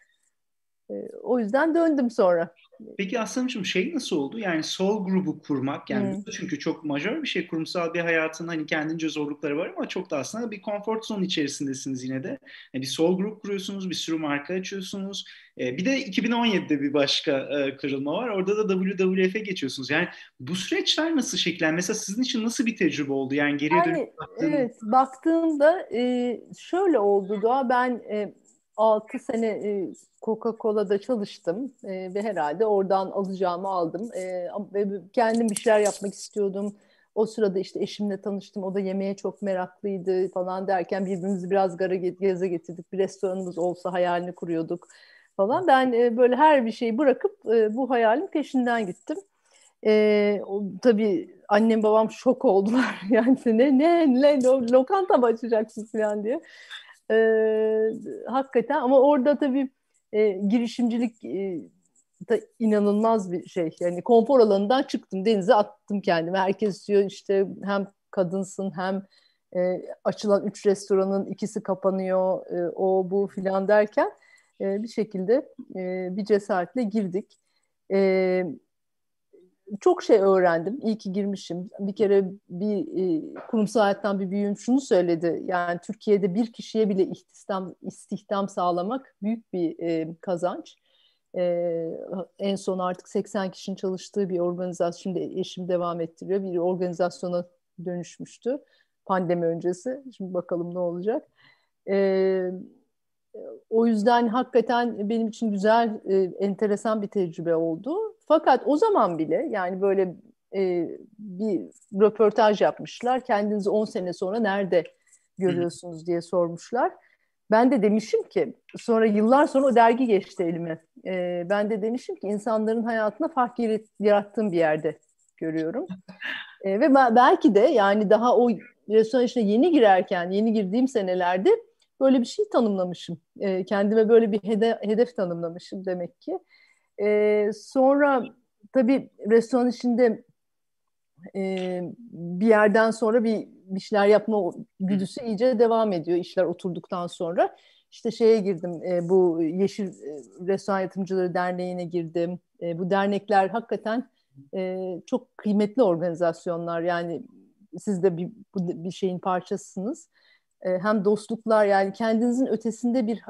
O yüzden döndüm sonra. Peki Aslanımcığım nasıl oldu? Yani Soul grubu kurmak yani çünkü çok majör bir şey, kurumsal bir hayatın hani kendince zorlukları var ama çok da aslında bir comfort zone içerisindesiniz yine de. Yani bir Soul grup kuruyorsunuz, bir sürü marka açıyorsunuz. Bir de 2017'de bir başka kırılma var. Orada da WWF'e geçiyorsunuz. Yani bu süreçler nasıl şekillendi? Mesela sizin için nasıl bir tecrübe oldu? Yani geriye dönüp Yani baktığınızda. evet baktığımda şöyle oldu Doğa. Ben 6 sene Coca-Cola'da çalıştım ve herhalde oradan alacağımı aldım. Ve kendim bir şeyler yapmak istiyordum. O sırada işte eşimle tanıştım. O da yemeğe çok meraklıydı falan derken birbirimizi biraz gaza getirdik. Bir restoranımız olsa hayalini kuruyorduk falan. Ben böyle her bir şeyi bırakıp bu hayalin peşinden gittim. Tabii annem babam şok oldular. Yani lokanta mı açacaksın falan diye. Hakikaten ama orada tabii girişimcilik da inanılmaz bir şey. Yani konfor alanından çıktım, denize attım kendimi. Herkes diyor işte hem kadınsın hem açılan 3 restoranın ikisi kapanıyor, o bu filan derken bir şekilde bir cesaretle girdik. E, Çok şey öğrendim. İyi ki girmişim. Bir kere bir kurumsal hayattan bir büyüğüm şunu söyledi. Yani Türkiye'de bir kişiye bile istihdam sağlamak büyük bir kazanç. E, En son artık 80 kişinin çalıştığı bir organizasyon, şimdi eşim devam ettiriyor. Bir organizasyona dönüşmüştü pandemi öncesi. Şimdi bakalım ne olacak. E, O yüzden hakikaten benim için güzel, enteresan bir tecrübe oldu. Fakat o zaman bile yani böyle bir röportaj yapmışlar. Kendinizi 10 sene sonra nerede görüyorsunuz diye sormuşlar. Ben de demişim ki sonra yıllar sonra o dergi geçti elime. Ben de demişim ki insanların hayatına fark yarattığım bir yerde görüyorum. Ve belki de yani daha o restoran işine yeni girdiğim senelerde böyle bir şey tanımlamışım. Kendime böyle bir hedef tanımlamışım demek ki. Sonra tabii restoran işinde bir yerden sonra bir şeyler yapma güdüsü iyice devam ediyor işler oturduktan sonra. İşte şeye girdim, bu Yeşil Restoran Yatırımcıları Derneği'ne girdim. Bu dernekler hakikaten çok kıymetli organizasyonlar. Yani siz de bir şeyin parçasısınız. Hem dostluklar yani kendinizin ötesinde bir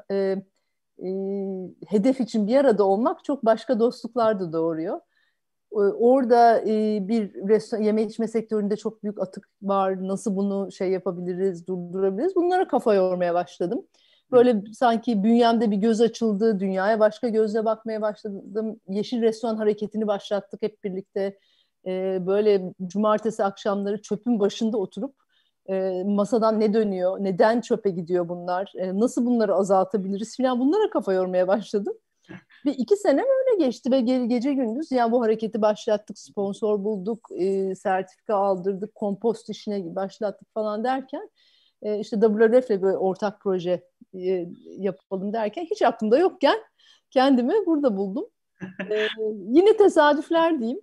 hedef için bir arada olmak çok başka dostluklar da doğuruyor. Orada bir restoran, yeme içme sektöründe çok büyük atık var. Nasıl bunu yapabiliriz, durdurabiliriz? Bunlara kafa yormaya başladım. Böyle sanki bünyemde bir göz açıldı, dünyaya başka gözle bakmaya başladım. Yeşil Restoran hareketini başlattık hep birlikte. Böyle cumartesi akşamları çöpün başında oturup masadan ne dönüyor, neden çöpe gidiyor bunlar, nasıl bunları azaltabiliriz falan bunlara kafa yormaya başladım. Bir 2 sene öyle geçti ve gece gündüz yani bu hareketi başlattık, sponsor bulduk, sertifika aldırdık, kompost işine başlattık falan derken işte WWF'le böyle ortak proje yapalım derken hiç aklımda yokken kendimi burada buldum. Yine tesadüfler diyeyim.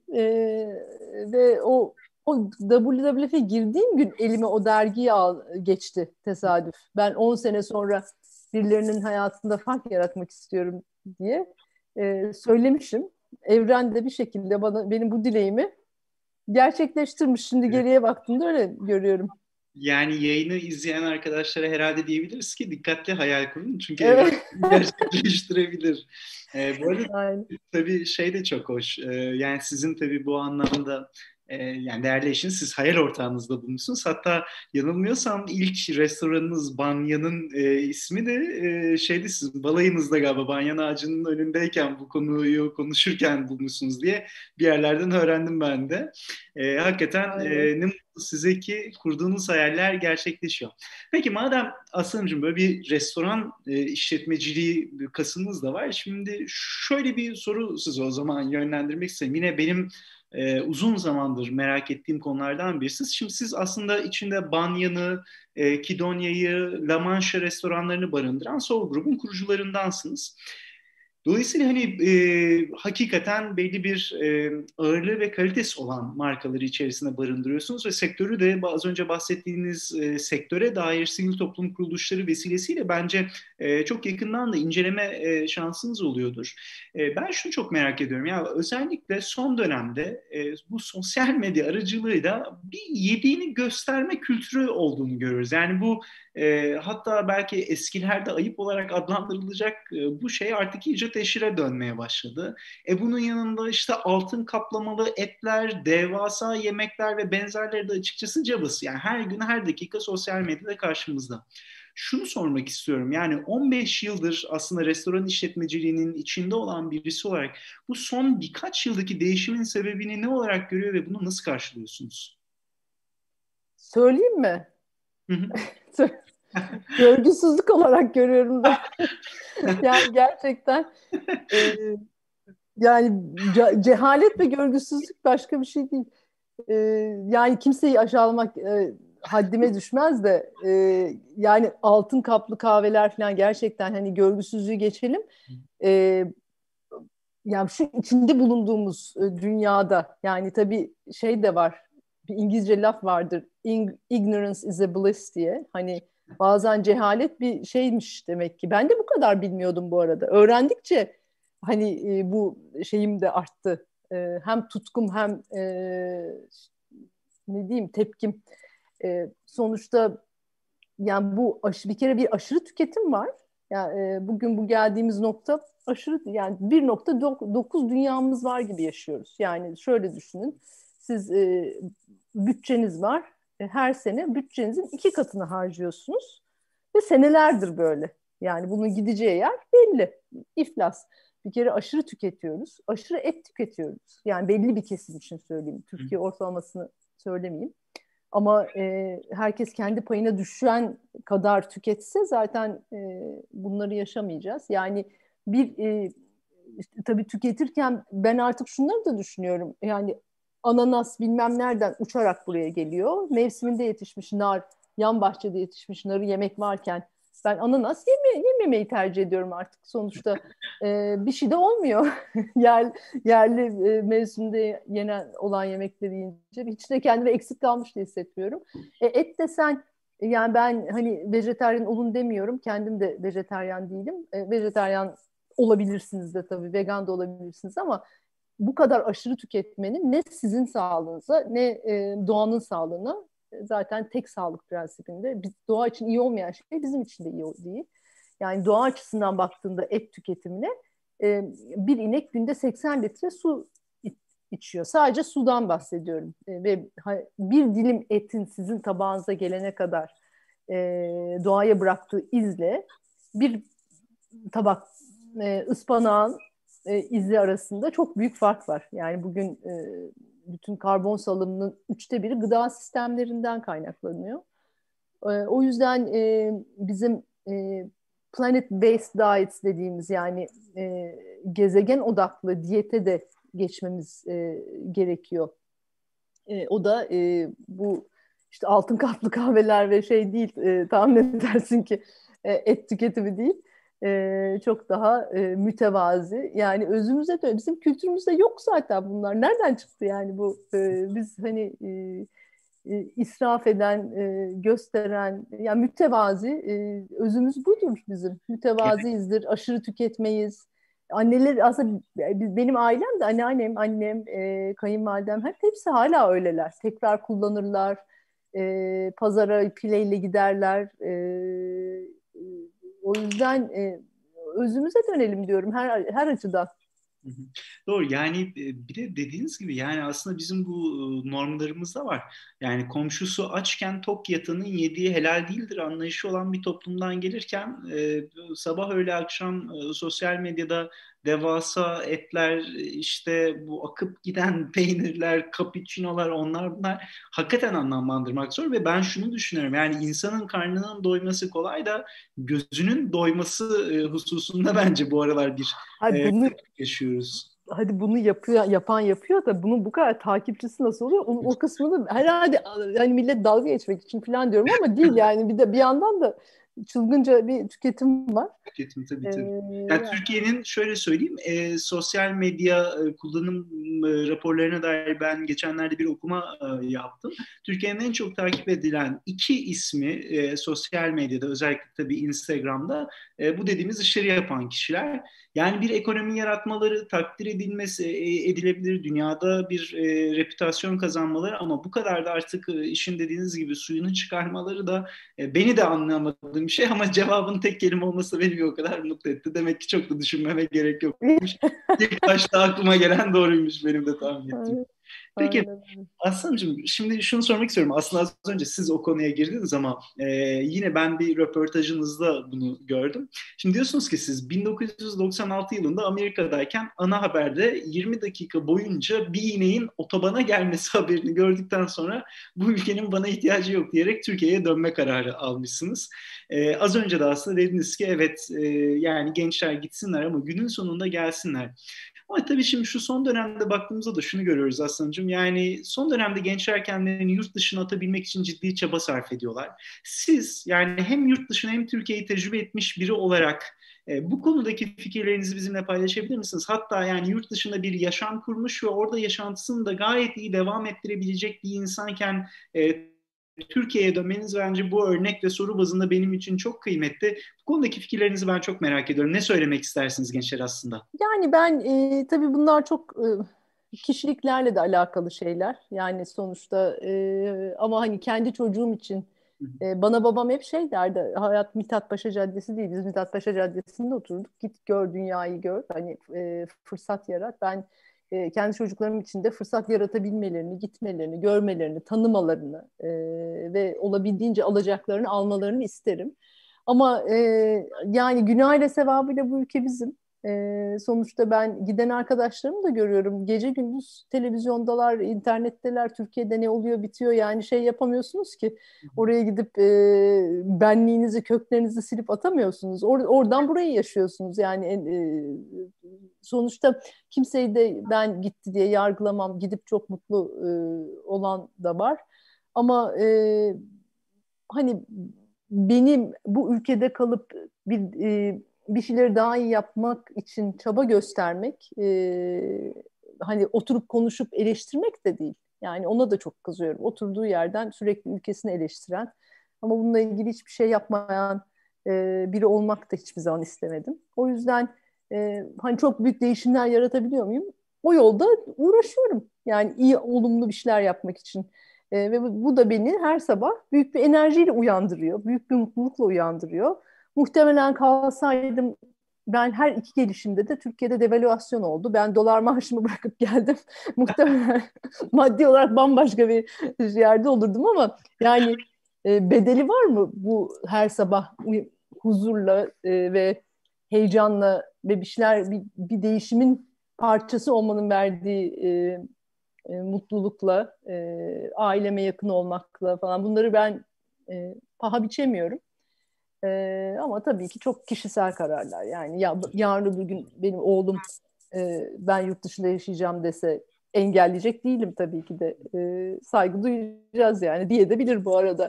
Ve o WWF'e girdiğim gün elime o dergiyi geçti tesadüf. Ben 10 sene sonra birilerinin hayatında fark yaratmak istiyorum diye söylemişim. Evren de bir şekilde benim bu dileğimi gerçekleştirmiş. Şimdi geriye baktığımda öyle görüyorum. Yani yayını izleyen arkadaşlara herhalde diyebiliriz ki dikkatli hayal kurun. Çünkü evren Evet. gerçekleştirebilir. Bu arada Aynen. tabii şey de çok hoş. Yani sizin tabii bu anlamda yani değerli eşiniz, siz hayal ortağınızda bulmuşsunuz. Hatta yanılmıyorsam ilk restoranınız Banya'nın ismi de şeydi, sizin balayınızda galiba Banyan ağacının önündeyken bu konuyu konuşurken bulmuşsunuz diye bir yerlerden öğrendim ben de. Hakikaten Aynen. ne mutlu size ki kurduğunuz hayaller gerçekleşiyor. Peki madem Aslı'cığım böyle bir restoran işletmeciliği kasınız da var. Şimdi şöyle bir soru size o zaman yönlendirmek istedim. Yine benim uzun zamandır merak ettiğim konulardan birisi. Şimdi siz aslında içinde Banyan'ı, Kidonya'yı, La Mancha restoranlarını barındıran Soul Group'un kurucularındansınız. Dolayısıyla hani hakikaten belli bir ağırlığı ve kalitesi olan markaları içerisinde barındırıyorsunuz ve sektörü de az önce bahsettiğiniz sektöre dair sivil toplum kuruluşları vesilesiyle bence çok yakından da inceleme şansınız oluyordur. Ben şunu çok merak ediyorum. Ya özellikle son dönemde bu sosyal medya aracılığıyla bir yediğini gösterme kültürü olduğunu görüyoruz. Yani bu hatta belki eskilerde ayıp olarak adlandırılacak bu şey artık iyice teşhire dönmeye başladı. Bunun yanında işte altın kaplamalı etler, devasa yemekler ve benzerleri de açıkçası cabası. Yani her gün her dakika sosyal medyada karşımızda. Şunu sormak istiyorum. Yani 15 yıldır aslında restoran işletmeciliğinin içinde olan birisi olarak bu son birkaç yıldaki değişimin sebebini ne olarak görüyor ve bunu nasıl karşılıyorsunuz? Söyleyeyim mi? Hı hı. Görgüsüzlük olarak görüyorum ben. Yani gerçekten e, yani cehalet ve görgüsüzlük başka bir şey değil. E, Yani kimseyi aşağılamak haddime düşmez de yani altın kaplı kahveler falan gerçekten hani görgüsüzlüğü geçelim. E, Yani şu içinde bulunduğumuz dünyada yani tabii şey de var. Bir İngilizce laf vardır. Ignorance is a bliss diye. Hani bazen cehalet bir şeymiş demek ki. Ben de bu kadar bilmiyordum bu arada. Öğrendikçe hani bu şeyim de arttı. Hem tutkum hem ne diyeyim tepkim. Sonuçta yani bir kere bir aşırı tüketim var. Yani bugün bu geldiğimiz nokta aşırı yani 1,9 dünyamız var gibi yaşıyoruz. Yani şöyle düşünün. Siz bütçeniz var. Her sene bütçenizin 2 katını harcıyorsunuz ve senelerdir böyle. Yani bunun gideceği yer belli. İflas. Bir kere aşırı tüketiyoruz. Aşırı et tüketiyoruz. Yani belli bir kesim için söyleyeyim. Türkiye ortalamasını söylemeyeyim. Ama herkes kendi payına düşen kadar tüketse zaten bunları yaşamayacağız. Yani işte, tabii tüketirken ben artık şunları da düşünüyorum. Yani ananas bilmem nereden uçarak buraya geliyor. Mevsiminde yetişmiş nar, yan bahçede yetişmiş narı yemek varken ben ananas yememeyi tercih ediyorum artık. Sonuçta bir şey de olmuyor. Yerli mevsimde yenen olan yemekleri yiyince hiç de kendimi eksik kalmış da hissetmiyorum. Et desen yani ben hani vejetaryen olun demiyorum. Kendim de vejetaryen değilim. Vejetaryen olabilirsiniz de tabii, vegan da olabilirsiniz ama bu kadar aşırı tüketmenin ne sizin sağlığınıza ne doğanın sağlığına zaten tek sağlık prensibinde doğa için iyi olmayan şey bizim için de iyi değil. Yani doğa açısından baktığında et tüketimine bir inek günde 80 litre su içiyor. Sadece sudan bahsediyorum. Ve bir dilim etin sizin tabağınıza gelene kadar doğaya bıraktığı izle bir tabak ıspanağın izi arasında çok büyük fark var. Yani bugün bütün karbon salımının 1/3 gıda sistemlerinden kaynaklanıyor. O yüzden bizim planet-based diets dediğimiz yani gezegen odaklı diyete de geçmemiz gerekiyor. O da bu işte altın kaplı kahveler ve şey değil, tahmin edersin ki et tüketimi değil. Çok daha mütevazi. Yani özümüze dön. Bizim kültürümüzde yok zaten bunlar. Nereden çıktı yani bu? Biz hani israf eden, gösteren, yani mütevazi, özümüz budur bizim. Mütevaziyizdir, aşırı tüketmeyiz. Anneler aslında benim ailem de anneannem, annem, kayınvalidem hepsi hala öyleler. Tekrar kullanırlar. Pazara pileyle giderler. O yüzden özümüze dönelim diyorum her açıdan. Hı hı. Doğru, yani bir de dediğiniz gibi yani aslında bizim bu normlarımız da var. Yani komşusu açken tok yatanın yediği helal değildir anlayışı olan bir toplumdan gelirken sabah öğle akşam sosyal medyada devasa etler, işte bu akıp giden peynirler, cappuccino'lar, onlar bunlar hakikaten anlamlandırmak zor ve ben şunu düşünüyorum, yani insanın karnının doyması kolay da gözünün doyması hususunda bence bu aralar bir Ay bunu yaşıyoruz. hadi bunu yapan yapıyor da bunun bu kadar takipçisi nasıl oluyor? O kısmını herhalde hani millet dalga geçmek için falan diyorum ama değil yani. Bir de bir yandan da çılgınca bir tüketim var. Tüketim, tabii Ee, tabii. Yani yani, Türkiye'nin şöyle söyleyeyim, sosyal medya kullanım raporlarına dair ben geçenlerde bir okuma yaptım. Türkiye'nin en çok takip edilen iki ismi sosyal medyada, özellikle tabii Instagram'da bu dediğimiz işleri yapan kişiler. Yani bir ekonomi yaratmaları takdir edilmesi edilebilir, dünyada bir reputasyon kazanmaları, ama bu kadar da artık işin dediğiniz gibi suyunu çıkarmaları da beni de anlamadığım bir şey, ama cevabın tek kelime olması beni o kadar mutlu etti. Demek ki çok da düşünmeme gerek yokmuş. İlk başta aklıma gelen doğruymuş, benim de tahmin ettiğim. Peki aynen. Aslan'cığım, şimdi şunu sormak istiyorum. Aslında az önce siz o konuya girdiniz ama yine ben bir röportajınızda bunu gördüm. Şimdi diyorsunuz ki siz 1996 yılında Amerika'dayken ana haberde 20 dakika boyunca bir ineğin otobana gelmesi haberini gördükten sonra bu ülkenin bana ihtiyacı yok diyerek Türkiye'ye dönme kararı almışsınız. Az önce de aslında dediniz ki evet, yani gençler gitsinler ama günün sonunda gelsinler. Ama tabii şimdi şu son dönemde baktığımızda da şunu görüyoruz Aslan'cığım. Yani son dönemde gençler kendilerini yurt dışına atabilmek için ciddi çaba sarf ediyorlar. Siz yani hem yurt dışına hem Türkiye'yi tecrübe etmiş biri olarak bu konudaki fikirlerinizi bizimle paylaşabilir misiniz? Hatta yani yurt dışında bir yaşam kurmuş ve orada yaşantısını da gayet iyi devam ettirebilecek bir insanken Türkiye'ye dönmeniz bence bu örnek ve soru bazında benim için çok kıymetli. Bu konudaki fikirlerinizi ben çok merak ediyorum. Ne söylemek istersiniz gençler aslında? Yani ben tabii bunlar çok kişiliklerle de alakalı şeyler. Yani sonuçta ama hani kendi çocuğum için bana babam hep şey derdi. Hayat Mithatpaşa Caddesi değil. Biz Mithatpaşa Caddesi'nde oturduk. Git gör dünyayı gör. Hani fırsat yarat. Ben kendi çocuklarım için de fırsat yaratabilmelerini, gitmelerini, görmelerini, tanımalarını ve olabildiğince alacaklarını almalarını isterim. Ama yani günahıyla sevabıyla bu ülke bizim. Sonuçta ben giden arkadaşlarımı da görüyorum. Gece gündüz televizyondalar, internetteler. Türkiye'de ne oluyor bitiyor yani şey yapamıyorsunuz ki. Oraya gidip benliğinizi, köklerinizi silip atamıyorsunuz. Oradan burayı yaşıyorsunuz. Yani sonuçta kimseyi de ben gitti diye yargılamam. Gidip çok mutlu olan da var. Ama hani benim bu ülkede kalıp bir şeyleri daha iyi yapmak için çaba göstermek, hani oturup konuşup eleştirmek de değil. Yani ona da çok kızıyorum. Oturduğu yerden sürekli ülkesini eleştiren ama bununla ilgili hiçbir şey yapmayan biri olmak da hiçbir zaman istemedim. O yüzden hani çok büyük değişimler yaratabiliyor muyum? O yolda uğraşıyorum. Yani iyi, olumlu bir şeyler yapmak için. Ve bu da beni her sabah büyük bir enerjiyle uyandırıyor. Büyük bir mutlulukla uyandırıyor. Muhtemelen kalsaydım ben her iki gelişimde de Türkiye'de devalüasyon oldu. Ben dolar maaşımı bırakıp geldim. Muhtemelen maddi olarak bambaşka bir yerde olurdum ama yani bedeli var mı bu her sabah huzurla ve heyecanla ve bir değişimin parçası olmanın verdiği mutlulukla, aileme yakın olmakla falan bunları ben paha biçemiyorum. Ama tabii ki çok kişisel kararlar. Yani yarın öbür gün benim oğlum ben yurt dışında yaşayacağım dese engelleyecek değilim tabii ki de. Saygı duyacağız yani, diye de bilir bu arada.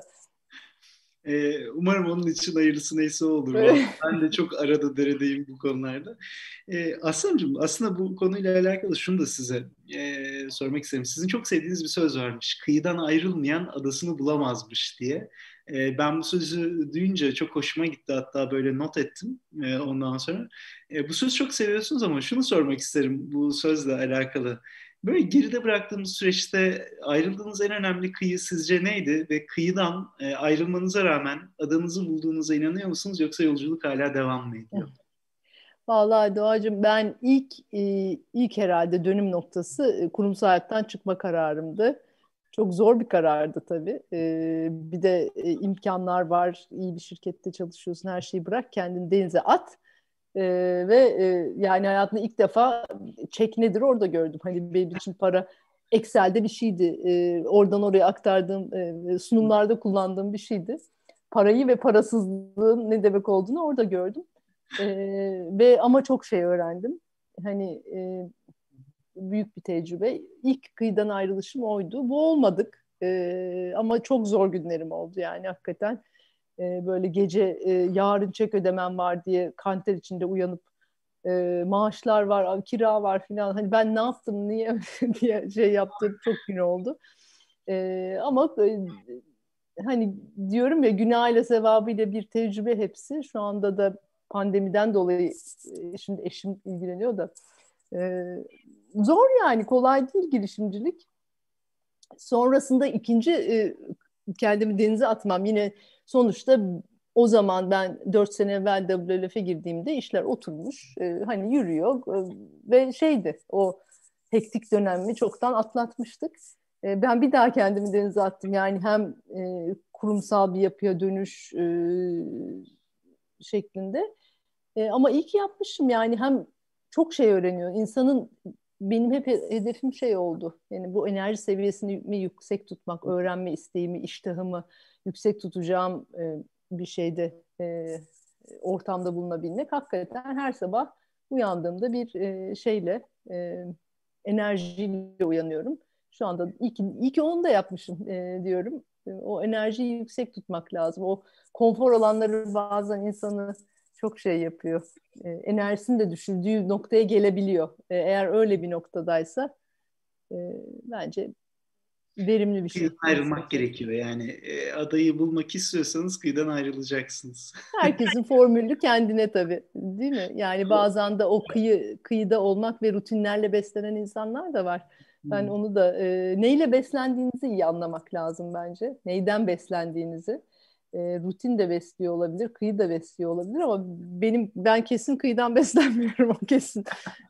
Umarım onun için hayırlısı neyse olur. Vallahi ben de çok arada deredeyim bu konularda. Aslanım, aslında bu konuyla alakalı şunu da size sormak isterim. Sizin çok sevdiğiniz bir söz varmış. Kıyıdan ayrılmayan adasını bulamazmış diye. Ben bu sözü duyunca çok hoşuma gitti. Hatta böyle not ettim ondan sonra. Bu sözü çok seviyorsunuz ama şunu sormak isterim bu sözle alakalı. Böyle geride bıraktığımız süreçte ayrıldığınız en önemli kıyı sizce neydi? Ve kıyıdan ayrılmanıza rağmen adanızı bulduğunuza inanıyor musunuz? Yoksa yolculuk hala devam mı ediyor? Vallahi Doğacığım, ben ilk herhalde dönüm noktası kurumsal hayattan çıkma kararımdı. Çok zor bir karardı tabii. Bir de imkanlar var, iyi bir şirkette çalışıyorsun, her şeyi bırak, kendini denize at. Ve yani hayatımda ilk defa çek nedir orada gördüm. Hani benim için para Excel'de bir şeydi. Oradan oraya aktardığım, sunumlarda kullandığım bir şeydi. Parayı ve parasızlığın ne demek olduğunu orada gördüm. Ve ama çok şey öğrendim. Hani büyük bir tecrübe. İlk kıyıdan ayrılışım oydu. Bu olmadık. Ama çok zor günlerim oldu yani hakikaten. Böyle gece yarın çek ödemem var diye kanter içinde uyanıp maaşlar var, kira var filan. Hani ben ne yaptım, niye diye şey yaptığım çok gün oldu. Ama hani diyorum ya, günahıyla sevabıyla bir tecrübe hepsi. Şu anda da pandemiden dolayı şimdi eşim ilgileniyor da zor yani, kolay değil girişimcilik. Sonrasında ikinci kendimi denize atmam yine sonuçta, o zaman ben 4 sene evvel WLF'e girdiğimde işler oturmuş, hani yürüyor ve şeydi, o hektik dönemi çoktan atlatmıştık. Ben bir daha kendimi denize attım yani, hem kurumsal bir yapıya dönüş şeklinde. Ama iyi ki yapmışım yani, hem çok şey öğreniyor. İnsanın, benim hep hedefim şey oldu. Yani bu enerji seviyesini yüksek tutmak, öğrenme isteğimi, iştahımı yüksek tutacağım bir şeyde, ortamda bulunabilmek. Hakikaten her sabah uyandığımda bir şeyle, enerjiyle uyanıyorum. Şu anda iyi ki onu da yapmışım diyorum. O enerjiyi yüksek tutmak lazım. O konfor alanları bazen insanı çok şey yapıyor. Enerjisini de düşürdüğü noktaya gelebiliyor. Eğer öyle bir noktadaysa e, bence verimli bir Kıyıdan şey insan ayrılmak için. gerekiyor. Yani adayı bulmak istiyorsanız kıyıdan ayrılacaksınız. Herkesin formülü kendine tabii, değil mi? Yani bazen de o kıyıda olmak ve rutinlerle beslenen insanlar da var. Ben Hmm. onu da neyle beslendiğinizi iyi anlamak lazım bence. Neyden beslendiğinizi. Rutin de besliyor olabilir, kıyı da besliyor olabilir ama ben kesin kıyıdan beslenmiyorum, o kesin.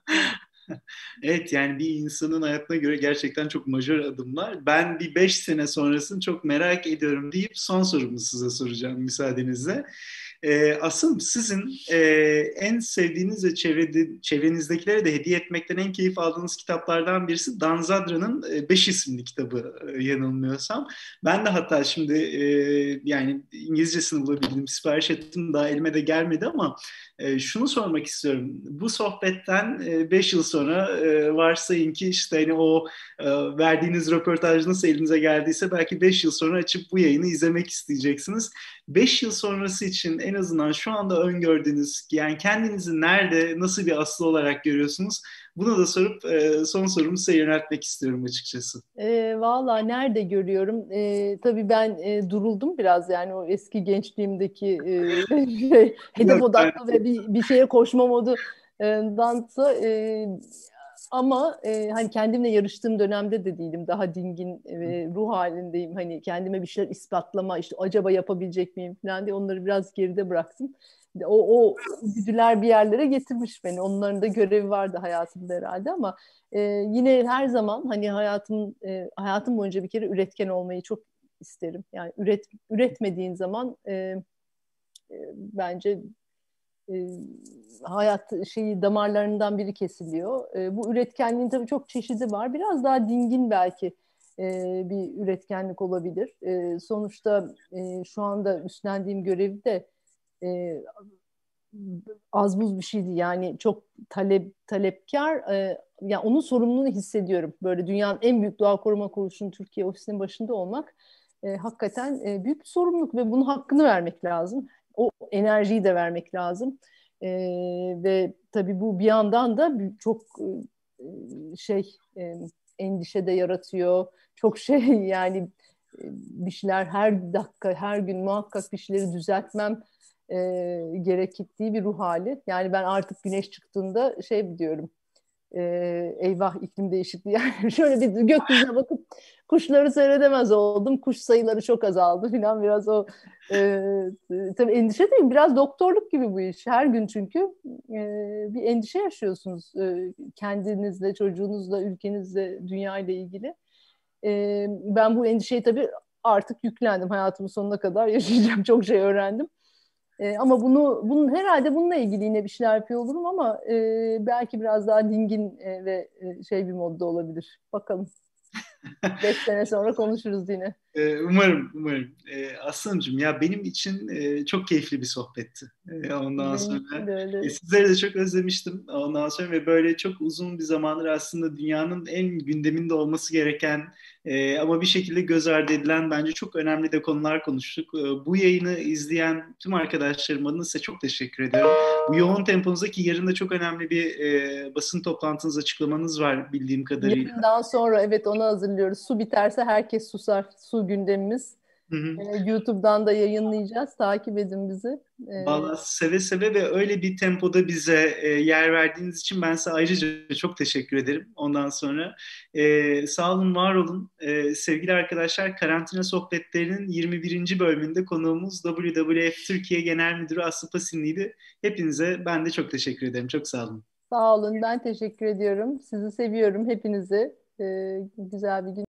Evet, yani bir insanın hayatına göre gerçekten çok majör adımlar. Ben bir 5 sene sonrasını çok merak ediyorum deyip son sorumu size soracağım müsaadenizle. Asıl sizin en sevdiğiniz ve çevrenizdekilere de hediye etmekten en keyif aldığınız kitaplardan birisi Dan Zadra'nın Beş isimli kitabı, yanılmıyorsam. Ben de hatta şimdi yani İngilizcesini bulabildim, sipariş ettim, daha elime de gelmedi ama şunu sormak istiyorum. Bu sohbetten 5 yıl sonra varsayın ki işte hani o verdiğiniz röportaj nasıl elinize geldiyse belki 5 yıl sonra açıp bu yayını izlemek isteyeceksiniz. 5 yıl sonrası için en azından şu anda öngördüğünüz, yani kendinizi nerede, nasıl bir Aslı olarak görüyorsunuz? Bunu da sorup son sorumu size yöneltmek istiyorum açıkçası. Valla nerede görüyorum? Tabii ben duruldum biraz yani, o eski gençliğimdeki hedef Yok, ben odaklı ve bir şeye koşma modu dansa, ama hani kendimle yarıştığım dönemde de değilim. Daha dingin ruh halindeyim. Hani kendime bir şeyler ispatlama, işte acaba yapabilecek miyim falan diye, onları biraz geride bıraktım. O güdüler bir yerlere getirmiş beni. Onların da görevi vardı hayatımda herhalde, ama yine her zaman hani hayatım boyunca bir kere üretken olmayı çok isterim. Yani üretmediğin zaman bence e, hayat şeyi, damarlarından biri kesiliyor. Bu üretkenliğin tabii çok çeşidi var. Biraz daha dingin belki bir üretkenlik olabilir. Sonuçta şu anda üstlendiğim görevi de e, az buz bir şeydi. Yani çok talepkar. Yani onun sorumluluğunu hissediyorum. Böyle dünyanın en büyük doğa koruma kuruluşunun Türkiye ofisinin başında olmak hakikaten büyük bir sorumluluk ve bunun hakkını vermek lazım. O enerjiyi de vermek lazım. E, Ve tabii bu bir yandan da çok şey endişe de yaratıyor. Çok şey yani bir şeyler her dakika, her gün muhakkak bir şeyleri düzeltmem gerektiği bir ruh hali. Yani ben artık güneş çıktığında şey diyorum, eyvah iklim değişikliği. Yani şöyle bir gökyüzüne bakıp kuşları seyredemez oldum. Kuş sayıları çok azaldı falan biraz o tabii endişe değil biraz doktorluk gibi bu iş. Her gün çünkü bir endişe yaşıyorsunuz kendinizle, çocuğunuzla, ülkenizle, dünya ile ilgili. Ben bu endişeyi tabii artık yüklendim. Hayatımın sonuna kadar yaşayacağım. Çok şey öğrendim. Ama bunun herhalde bununla ilgili yine bir şeyler yapıyor olurum ama belki biraz daha dingin ve şey bir modda olabilir. Bakalım. 5 sene sonra konuşuruz yine. Umarım. Aslı'cığım ya benim için çok keyifli bir sohbetti. Ondan Benim için sonra de öyle. sizleri de çok özlemiştim. Ondan sonra ve böyle çok uzun bir zamandır aslında dünyanın en gündeminde olması gereken ama bir şekilde göz ardı edilen bence çok önemli de konular konuştuk. Bu yayını izleyen tüm arkadaşlarım adına size çok teşekkür ediyorum. Bu yoğun temponuzdaki yarın da çok önemli bir basın toplantınız, açıklamanız var bildiğim kadarıyla. Yarından sonra evet onu hazırlıyoruz. Su biterse herkes susar. Su gündemimiz. Hı hı. YouTube'dan da yayınlayacağız. Takip edin bizi. Vallahi seve seve ve öyle bir tempoda bize yer verdiğiniz için ben size ayrıca çok teşekkür ederim. Ondan sonra sağ olun, var olun. Sevgili arkadaşlar, Karantina Sohbetleri'nin 21. bölümünde konuğumuz WWF Türkiye Genel Müdürü Aslı Pasinli'ydi. Hepinize ben de çok teşekkür ederim. Çok sağ olun. Sağ olun. Ben teşekkür ediyorum. Sizi seviyorum hepinizi. Güzel bir gün.